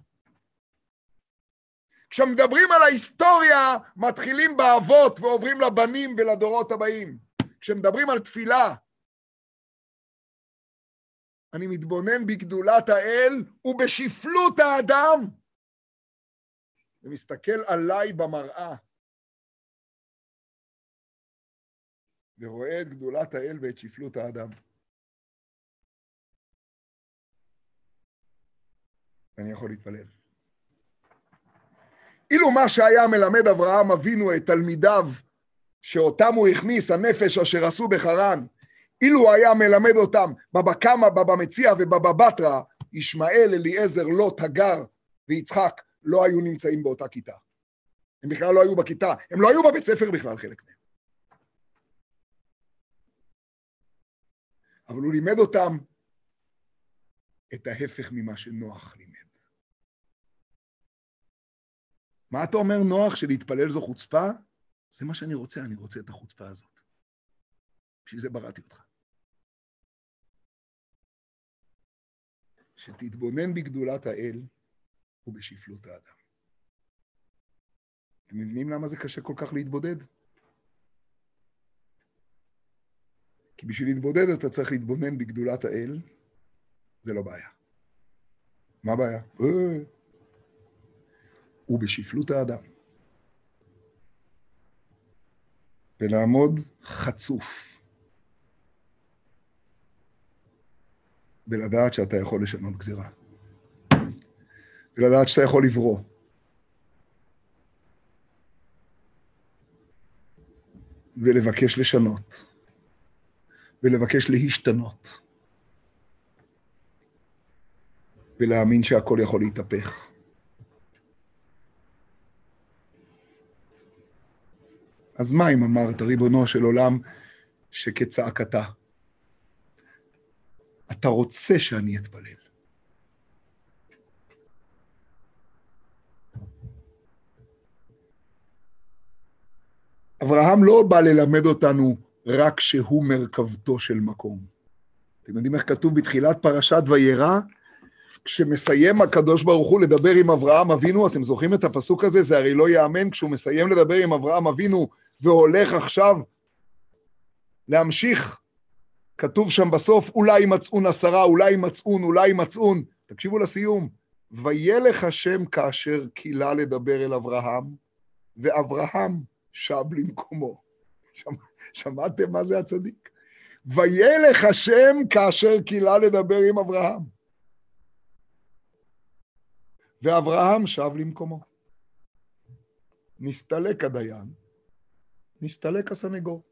כשמדברים על ההיסטוריה, מתחילים באבות ועוברים לבנים ולדורות הבאים. כשמדברים על תפילה, אני מתבונן בגדולת האל ובשפלות האדם, ומסתכל עליי במראה, ורואה את גדולת האל ואת שפלות האדם. אני יכול להתפלל. אילו מה שהיה מלמד אברהם אבינו את תלמידיו, שאותם הוא הכניס, הנפש אשר עשו בחרן, אילו היה מלמד אותם בבא קמא, בבא מציעא ובבא בתרא, ישמעאל, אליעזר, לוט, הגר ויצחק לא היו נמצאים באותה כיתה. הם בכלל לא היו בכיתה, הם לא היו בבית ספר בכלל חלק מהם. אבל הוא לימד אותם את ההפך ממה שנוח לימד. מה אתה אומר נוח שלהתפלל זו חוצפה? זה מה שאני רוצה, אני רוצה את החוצפה הזאת. בשביל זה בראתי אותך. שתתבונן בגדולת האל ובשפלות האדם. אתם מבינים למה זה קשה כל כך להתבודד? כי בשביל להתבודד אתה צריך להתבונן בגדולת האל, זה לא בעיה. מה הבעיה? ובשפלות האדם. ולעמוד חצוף. ולדעת שאתה יכול לשנות גזירה. ולדעת שאתה יכול לברוא. ולבקש לשנות. ולבקש להשתנות. ולהאמין שהכל יכול להתהפך. אז מה אם אמרת, ריבונו של עולם, שכצעקתה? אתה רוצה שאני אתפלל. אברהם לא בא ללמד אותנו רק שהוא מרכבתו של מקום. אתם יודעים איך כתוב בתחילת פרשת וירא? כשמסיים הקדוש ברוך הוא לדבר עם אברהם אבינו, אתם זוכרים את הפסוק הזה? זה הרי לא יאמן, כשהוא מסיים לדבר עם אברהם אבינו, והולך עכשיו להמשיך, כתוב שם בסוף, אולי מצאון עשרה, אולי מצאון, אולי מצאון. תקשיבו לסיום. וילך השם כאשר קילה לדבר אל אברהם, ואברהם שב למקומו. שמע, שמעתם מה זה הצדיק? וילך השם כאשר קילה לדבר עם אברהם. ואברהם שב למקומו. נסתלק הדיין, נסתלק הסנגור.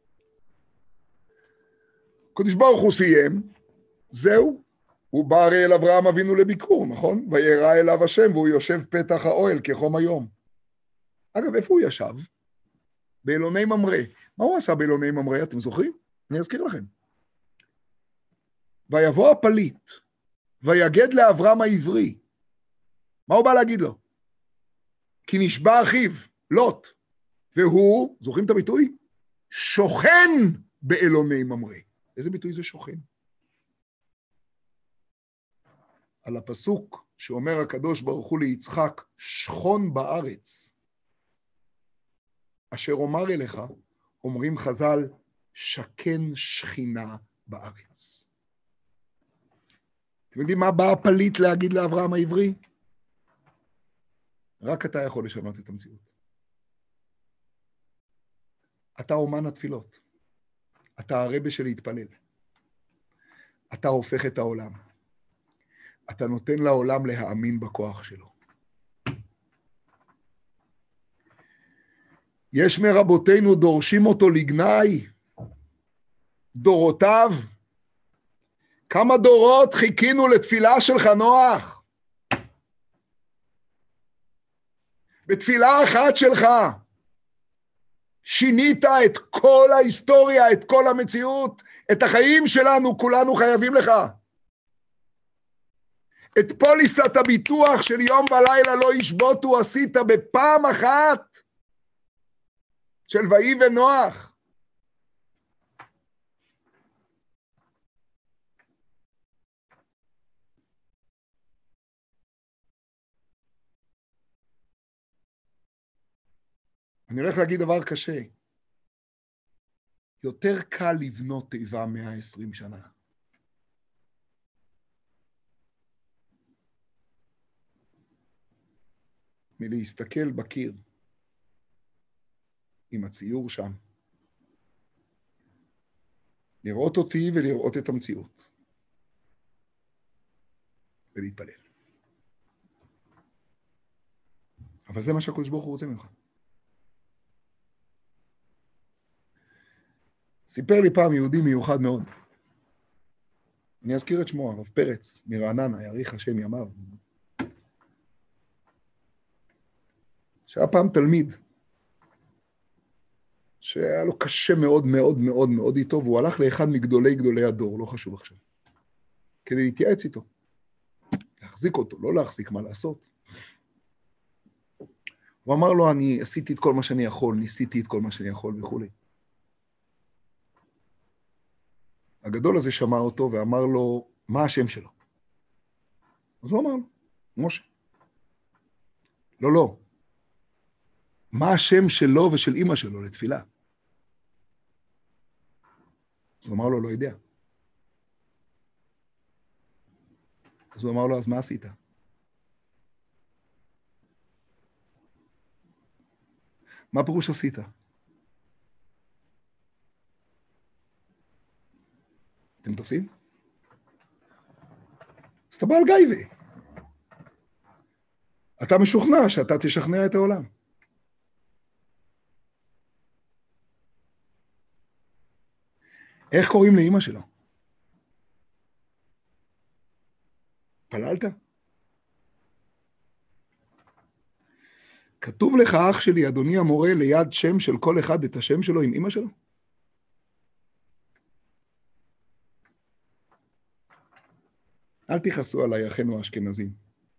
הקדוש ברוך הוא סיים, זהו. הוא בא הרי אל אברהם אבינו לביקור, נכון? וירא אליו השם, והוא יושב פתח האוהל כחום היום. אגב, איפה הוא ישב? באלוני ממרא. מה הוא עשה באלוני ממרא? אתם זוכרים? אני אזכיר לכם. ויבוא הפליט, ויגד לאברהם העברי. מה הוא בא להגיד לו? כי נשבע אחיו, לוט, והוא, זוכרים את הביטוי? שוכן באלוני ממרא. איזה ביטוי זה שוכן? על הפסוק שאומר הקדוש ברוך הוא ליצחק, שכון בארץ. אשר אומר אליך, אומרים חז"ל, שקן שכינה בארץ. אתם יודעים מה בא הפליט להגיד לאברהם העברי? רק אתה יכול לשנות את המציאות. אתה אומן התפילות. אתה הרבה של להתפלל. אתה הופך את העולם. אתה נותן לעולם להאמין בכוח שלו. יש מרבותינו דורשים אותו לגנאי, דורותיו. כמה דורות חיכינו לתפילה של חנוך. בתפילה אחת שלך, שינית את כל ההיסטוריה, את כל המציאות, את החיים שלנו, כולנו חייבים לך. את פוליסת הביטוח של יום ולילה לא ישבותו עשית בפעם אחת של ויהי ונוח. אני הולך להגיד דבר קשה. יותר קל לבנות תיבה מאה ועשרים שנה. מלהסתכל בקיר עם הציור שם. לראות אותי ולראות את המציאות. ולהתפלל. אבל זה מה שהקדוש ברוך הוא רוצה ממך. סיפר לי פעם יהודי מיוחד מאוד. אני אזכיר את שמו, הרב פרץ, מרעננה, יאריך השם ימיו. שהיה פעם תלמיד, שהיה לו קשה מאוד מאוד מאוד מאוד איתו, והוא הלך לאחד מגדולי גדולי הדור, לא חשוב עכשיו, כדי להתייעץ איתו. להחזיק אותו, לא להחזיק, מה לעשות. הוא אמר לו, אני עשיתי את כל מה שאני יכול, ניסיתי את כל מה שאני יכול וכו'. הגדול הזה שמע אותו ואמר לו, מה השם שלו? אז הוא אמר לו, משה. לא, לא. מה השם שלו ושל אמא שלו לתפילה? אז הוא אמר לו, לא יודע. אז הוא אמר לו, אז מה עשית? מה פירוש עשית? אתם תופסים? אז אתה בעל גייבה. אתה משוכנע שאתה תשכנע את העולם. איך קוראים לאמא שלו? פללת? כתוב לך, אח שלי, אדוני המורה, ליד שם של כל אחד את השם שלו עם אמא שלו? אל תכעסו עליי, אחינו האשכנזים.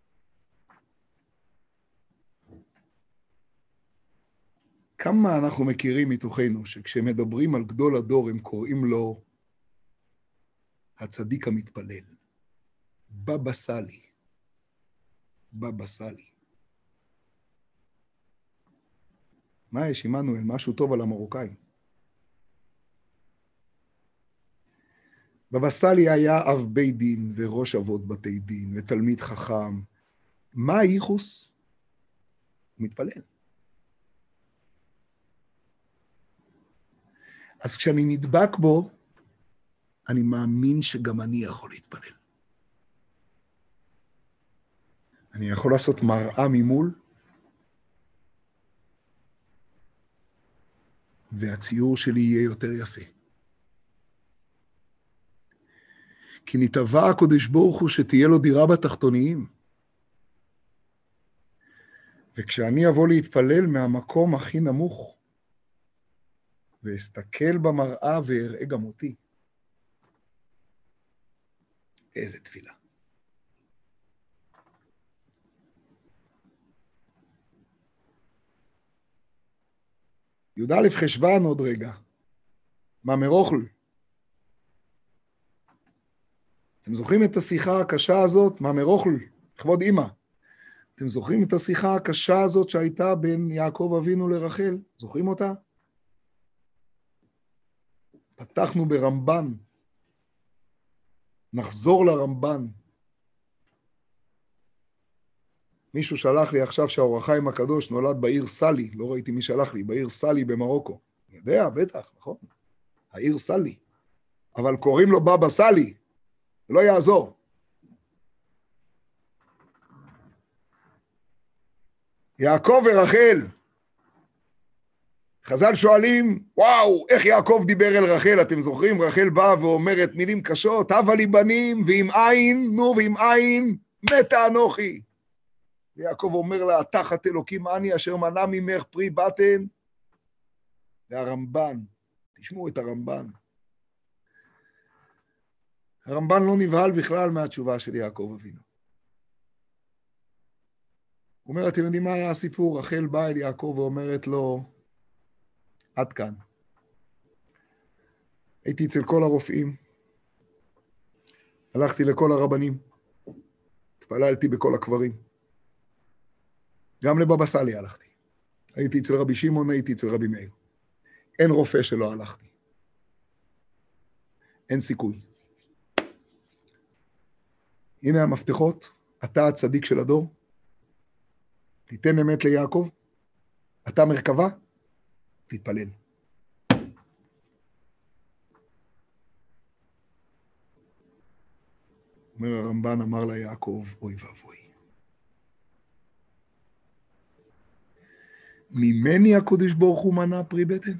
כמה אנחנו מכירים מתוכנו שכשמדברים על גדול הדור הם קוראים לו הצדיק המתפלל. בבא סאלי. בבא סאלי. מה יש, עמנואל? משהו טוב על המרוקאים. בבא סאלי היה אב בית דין וראש אבות בתי דין ותלמיד חכם. מה הייחוס? הוא מתפלל. אז כשאני נדבק בו, אני מאמין שגם אני יכול להתפלל. אני יכול לעשות מראה ממול, והציור שלי יהיה יותר יפה. כי נתבע הקדוש ברוך הוא שתהיה לו דירה בתחתוניים. וכשאני אבוא להתפלל מהמקום הכי נמוך, ואסתכל במראה ואראה גם אותי, איזה תפילה. י"א חשוון עוד רגע. מה מרוכל? אתם זוכרים את השיחה הקשה הזאת? מה מרוכל? כבוד אמא. אתם זוכרים את השיחה הקשה הזאת שהייתה בין יעקב אבינו לרחל? זוכרים אותה? פתחנו ברמב"ן. נחזור לרמב"ן. מישהו שלח לי עכשיו שהאור החיים הקדוש נולד בעיר סאלי, לא ראיתי מי שלח לי, בעיר סאלי במרוקו. אני יודע, בטח, נכון? העיר סאלי. אבל קוראים לו בבא סאלי, זה לא יעזור. יעקב ורחל, חז"ל שואלים, וואו, איך יעקב דיבר אל רחל? אתם זוכרים? רחל באה ואומרת מילים קשות, הבה לי בנים, ועם עין, נו, ועם עין, מתה אנוכי. ויעקב אומר לה, תחת אלוקים אני אשר מנע ממך פרי בטן. והרמב"ן, תשמעו את הרמב"ן. הרמב"ן לא נבהל בכלל מהתשובה של יעקב אבינו. הוא אומר, אתם יודעים מה היה הסיפור? רחל באה אל יעקב ואומרת לו, עד כאן. הייתי אצל כל הרופאים, הלכתי לכל הרבנים, התפללתי בכל הקברים. גם לבבא סאלי הלכתי. הייתי אצל רבי שמעון, הייתי אצל רבי מאיר. אין רופא שלא הלכתי. אין סיכוי. הנה המפתחות, אתה הצדיק של הדור, תיתן אמת ליעקב, אתה מרכבה, תתפלל. אומר הרמב"ן, אמר ליעקב, אוי ואבוי. ממני הקדוש ברוך הוא מנע פרי בטן?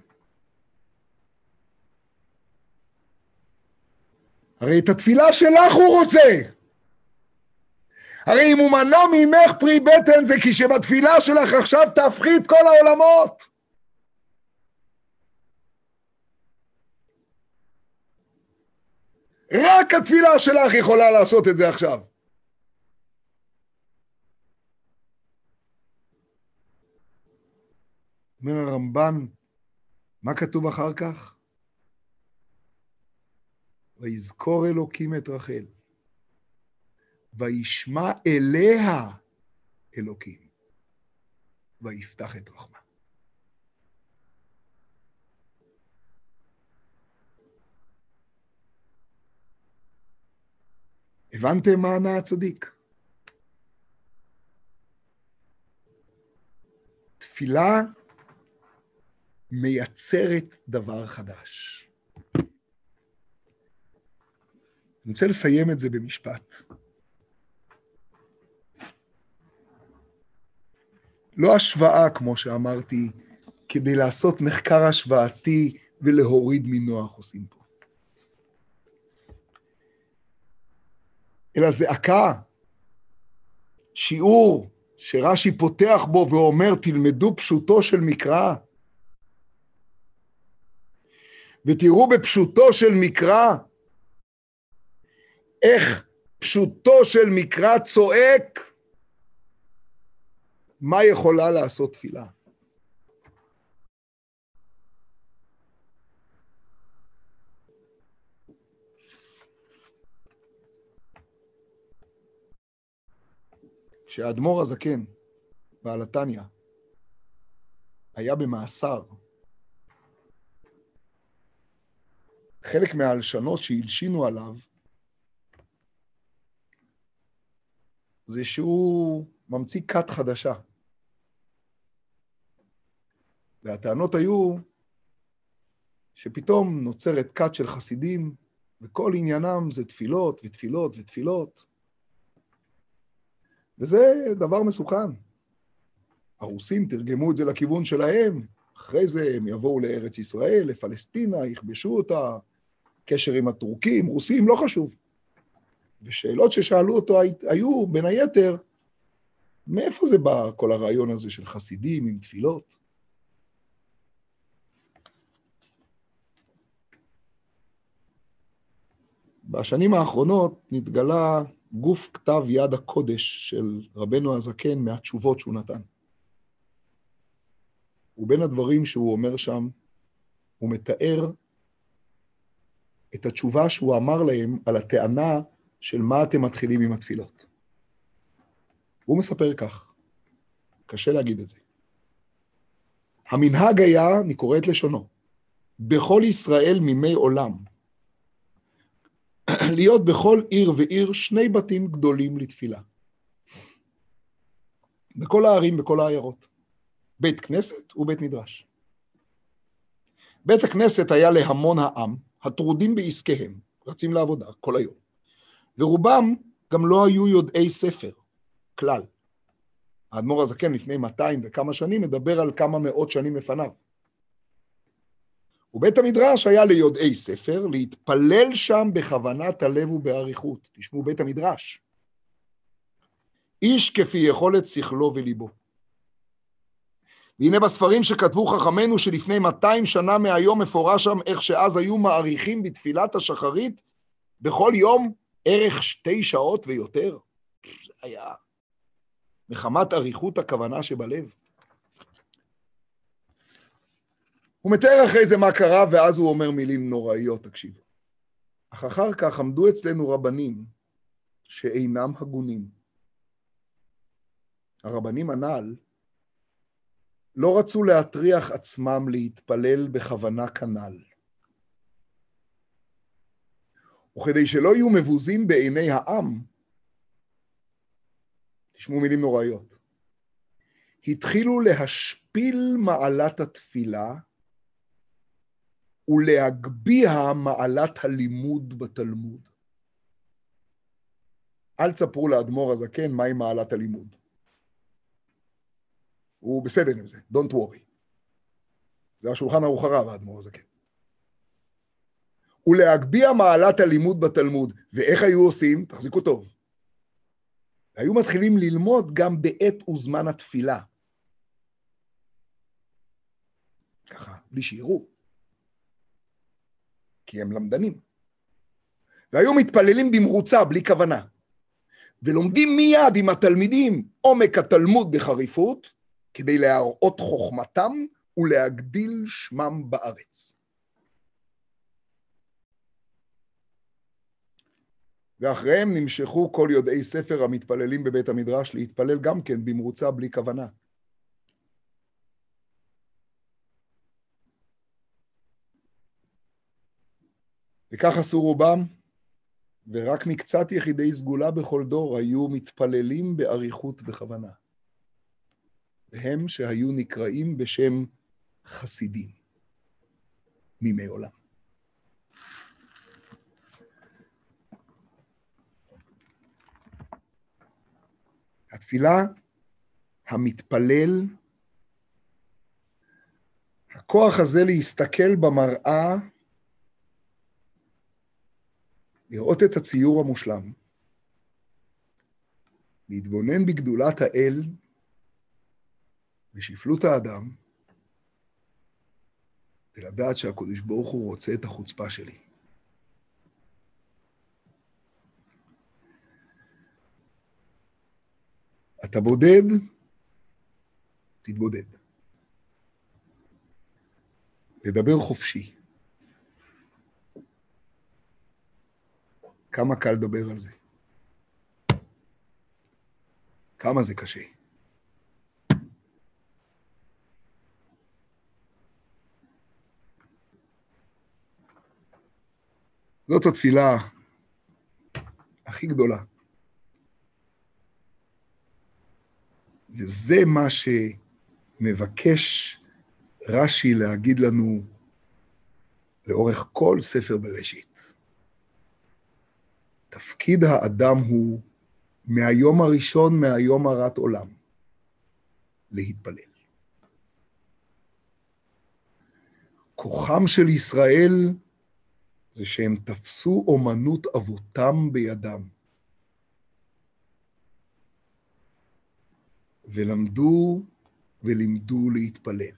הרי את התפילה שלך הוא רוצה. הרי אם הוא מנע ממך פרי בטן זה כי שבתפילה שלך עכשיו תהפכי את כל העולמות. רק התפילה שלך יכולה לעשות את זה עכשיו. אומר הרמב"ן, מה כתוב אחר כך? ויזכור אלוקים את רחל, וישמע אליה אלוקים, ויפתח את רחמה. הבנתם מה ענה הצדיק? תפילה מייצרת דבר חדש. אני רוצה לסיים את זה במשפט. לא השוואה, כמו שאמרתי, כדי לעשות מחקר השוואתי ולהוריד מנוח עושים פה. אלא זעקה, שיעור שרש"י פותח בו ואומר, תלמדו פשוטו של מקרא, ותראו בפשוטו של מקרא, איך פשוטו של מקרא צועק, מה יכולה לעשות תפילה. כשהאדמו"ר הזקן, בעל התניא, היה במאסר, חלק מההלשנות שהלשינו עליו, זה שהוא ממציא כת חדשה. והטענות היו שפתאום נוצרת כת של חסידים, וכל עניינם זה תפילות ותפילות ותפילות. וזה דבר מסוכן. הרוסים תרגמו את זה לכיוון שלהם, אחרי זה הם יבואו לארץ ישראל, לפלסטינה, יכבשו אותה, קשר עם הטורקים, רוסים, לא חשוב. ושאלות ששאלו אותו היו, בין היתר, מאיפה זה בא כל הרעיון הזה של חסידים עם תפילות? בשנים האחרונות נתגלה גוף כתב יד הקודש של רבנו הזקן מהתשובות שהוא נתן. ובין הדברים שהוא אומר שם, הוא מתאר את התשובה שהוא אמר להם על הטענה של מה אתם מתחילים עם התפילות. הוא מספר כך, קשה להגיד את זה. המנהג היה, אני קורא את לשונו, בכל ישראל מימי עולם, להיות בכל עיר ועיר שני בתים גדולים לתפילה. בכל הערים, בכל העיירות. בית כנסת ובית מדרש. בית הכנסת היה להמון העם, הטרודים בעסקיהם, רצים לעבודה כל היום. ורובם גם לא היו יודעי ספר, כלל. האדמו"ר הזקן לפני מאתיים וכמה שנים מדבר על כמה מאות שנים לפניו. ובית המדרש היה ליודעי ספר, להתפלל שם בכוונת הלב ובעריכות. תשמעו, בית המדרש. איש כפי יכולת שכלו וליבו. והנה בספרים שכתבו חכמינו שלפני מאתיים שנה מהיום מפורש שם איך שאז היו מעריכים בתפילת השחרית בכל יום ערך שתי שעות ויותר. זה היה מחמת אריכות הכוונה שבלב. הוא מתאר אחרי זה מה קרה, ואז הוא אומר מילים נוראיות, תקשיבו. אך אחר כך עמדו אצלנו רבנים שאינם הגונים. הרבנים הנ"ל לא רצו להטריח עצמם להתפלל בכוונה כנ"ל. וכדי שלא יהיו מבוזים בעיני העם, תשמעו מילים נוראיות, התחילו להשפיל מעלת התפילה, ולהגביה מעלת הלימוד בתלמוד. אל תספרו לאדמו"ר הזקן מהי מעלת הלימוד. הוא בסדר עם זה, don't worry. זה השולחן ערוך הרב, האדמו"ר הזקן. ולהגביה מעלת הלימוד בתלמוד. ואיך היו עושים? תחזיקו טוב. היו מתחילים ללמוד גם בעת וזמן התפילה. ככה, בלי שיראו. כי הם למדנים. והיו מתפללים במרוצה, בלי כוונה. ולומדים מיד עם התלמידים עומק התלמוד בחריפות, כדי להראות חוכמתם ולהגדיל שמם בארץ. ואחריהם נמשכו כל יודעי ספר המתפללים בבית המדרש להתפלל גם כן במרוצה בלי כוונה. וכך עשו רובם, ורק מקצת יחידי סגולה בכל דור היו מתפללים באריכות בכוונה. והם שהיו נקראים בשם חסידים, מימי עולם. התפילה, המתפלל, הכוח הזה להסתכל במראה, לראות את הציור המושלם, להתבונן בגדולת האל, בשפלות האדם, ולדעת שהקדוש ברוך הוא רוצה את החוצפה שלי. אתה בודד, תתבודד. לדבר חופשי. כמה קל לדבר על זה. כמה זה קשה. זאת התפילה הכי גדולה. וזה מה שמבקש רש"י להגיד לנו לאורך כל ספר בראשית. תפקיד האדם הוא מהיום הראשון, מהיום הרת עולם, להתפלל. כוחם של ישראל זה שהם תפסו אומנות אבותם בידם. ולמדו ולימדו להתפלל.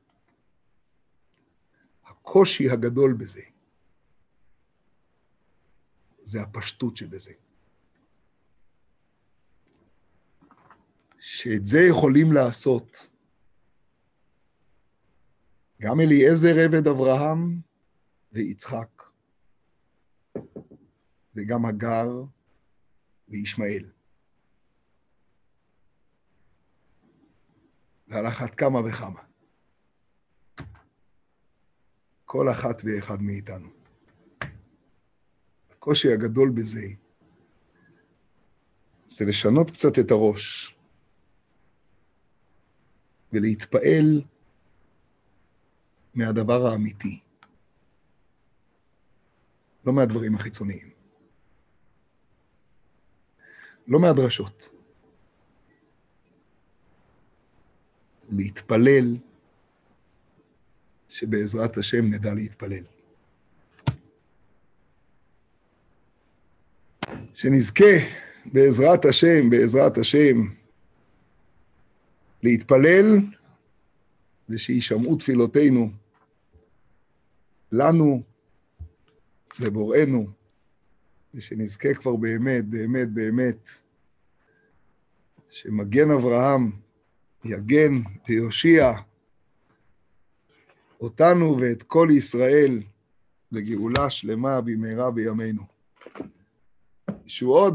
הקושי הגדול בזה, זה הפשטות שבזה. שאת זה יכולים לעשות גם אליעזר עבד אברהם ויצחק, וגם הגר וישמעאל. ועל אחת כמה וכמה. כל אחת ואחד מאיתנו. הקושי הגדול בזה, זה לשנות קצת את הראש, ולהתפעל מהדבר האמיתי. לא מהדברים החיצוניים. לא מהדרשות. להתפלל שבעזרת השם נדע להתפלל. שנזכה בעזרת השם, בעזרת השם, להתפלל, ושישמעו תפילותינו לנו, לבוראנו, ושנזכה כבר באמת, באמת, באמת, שמגן אברהם יגן ויושיע אותנו ואת כל ישראל לגאולה שלמה במהרה בימינו. ישועות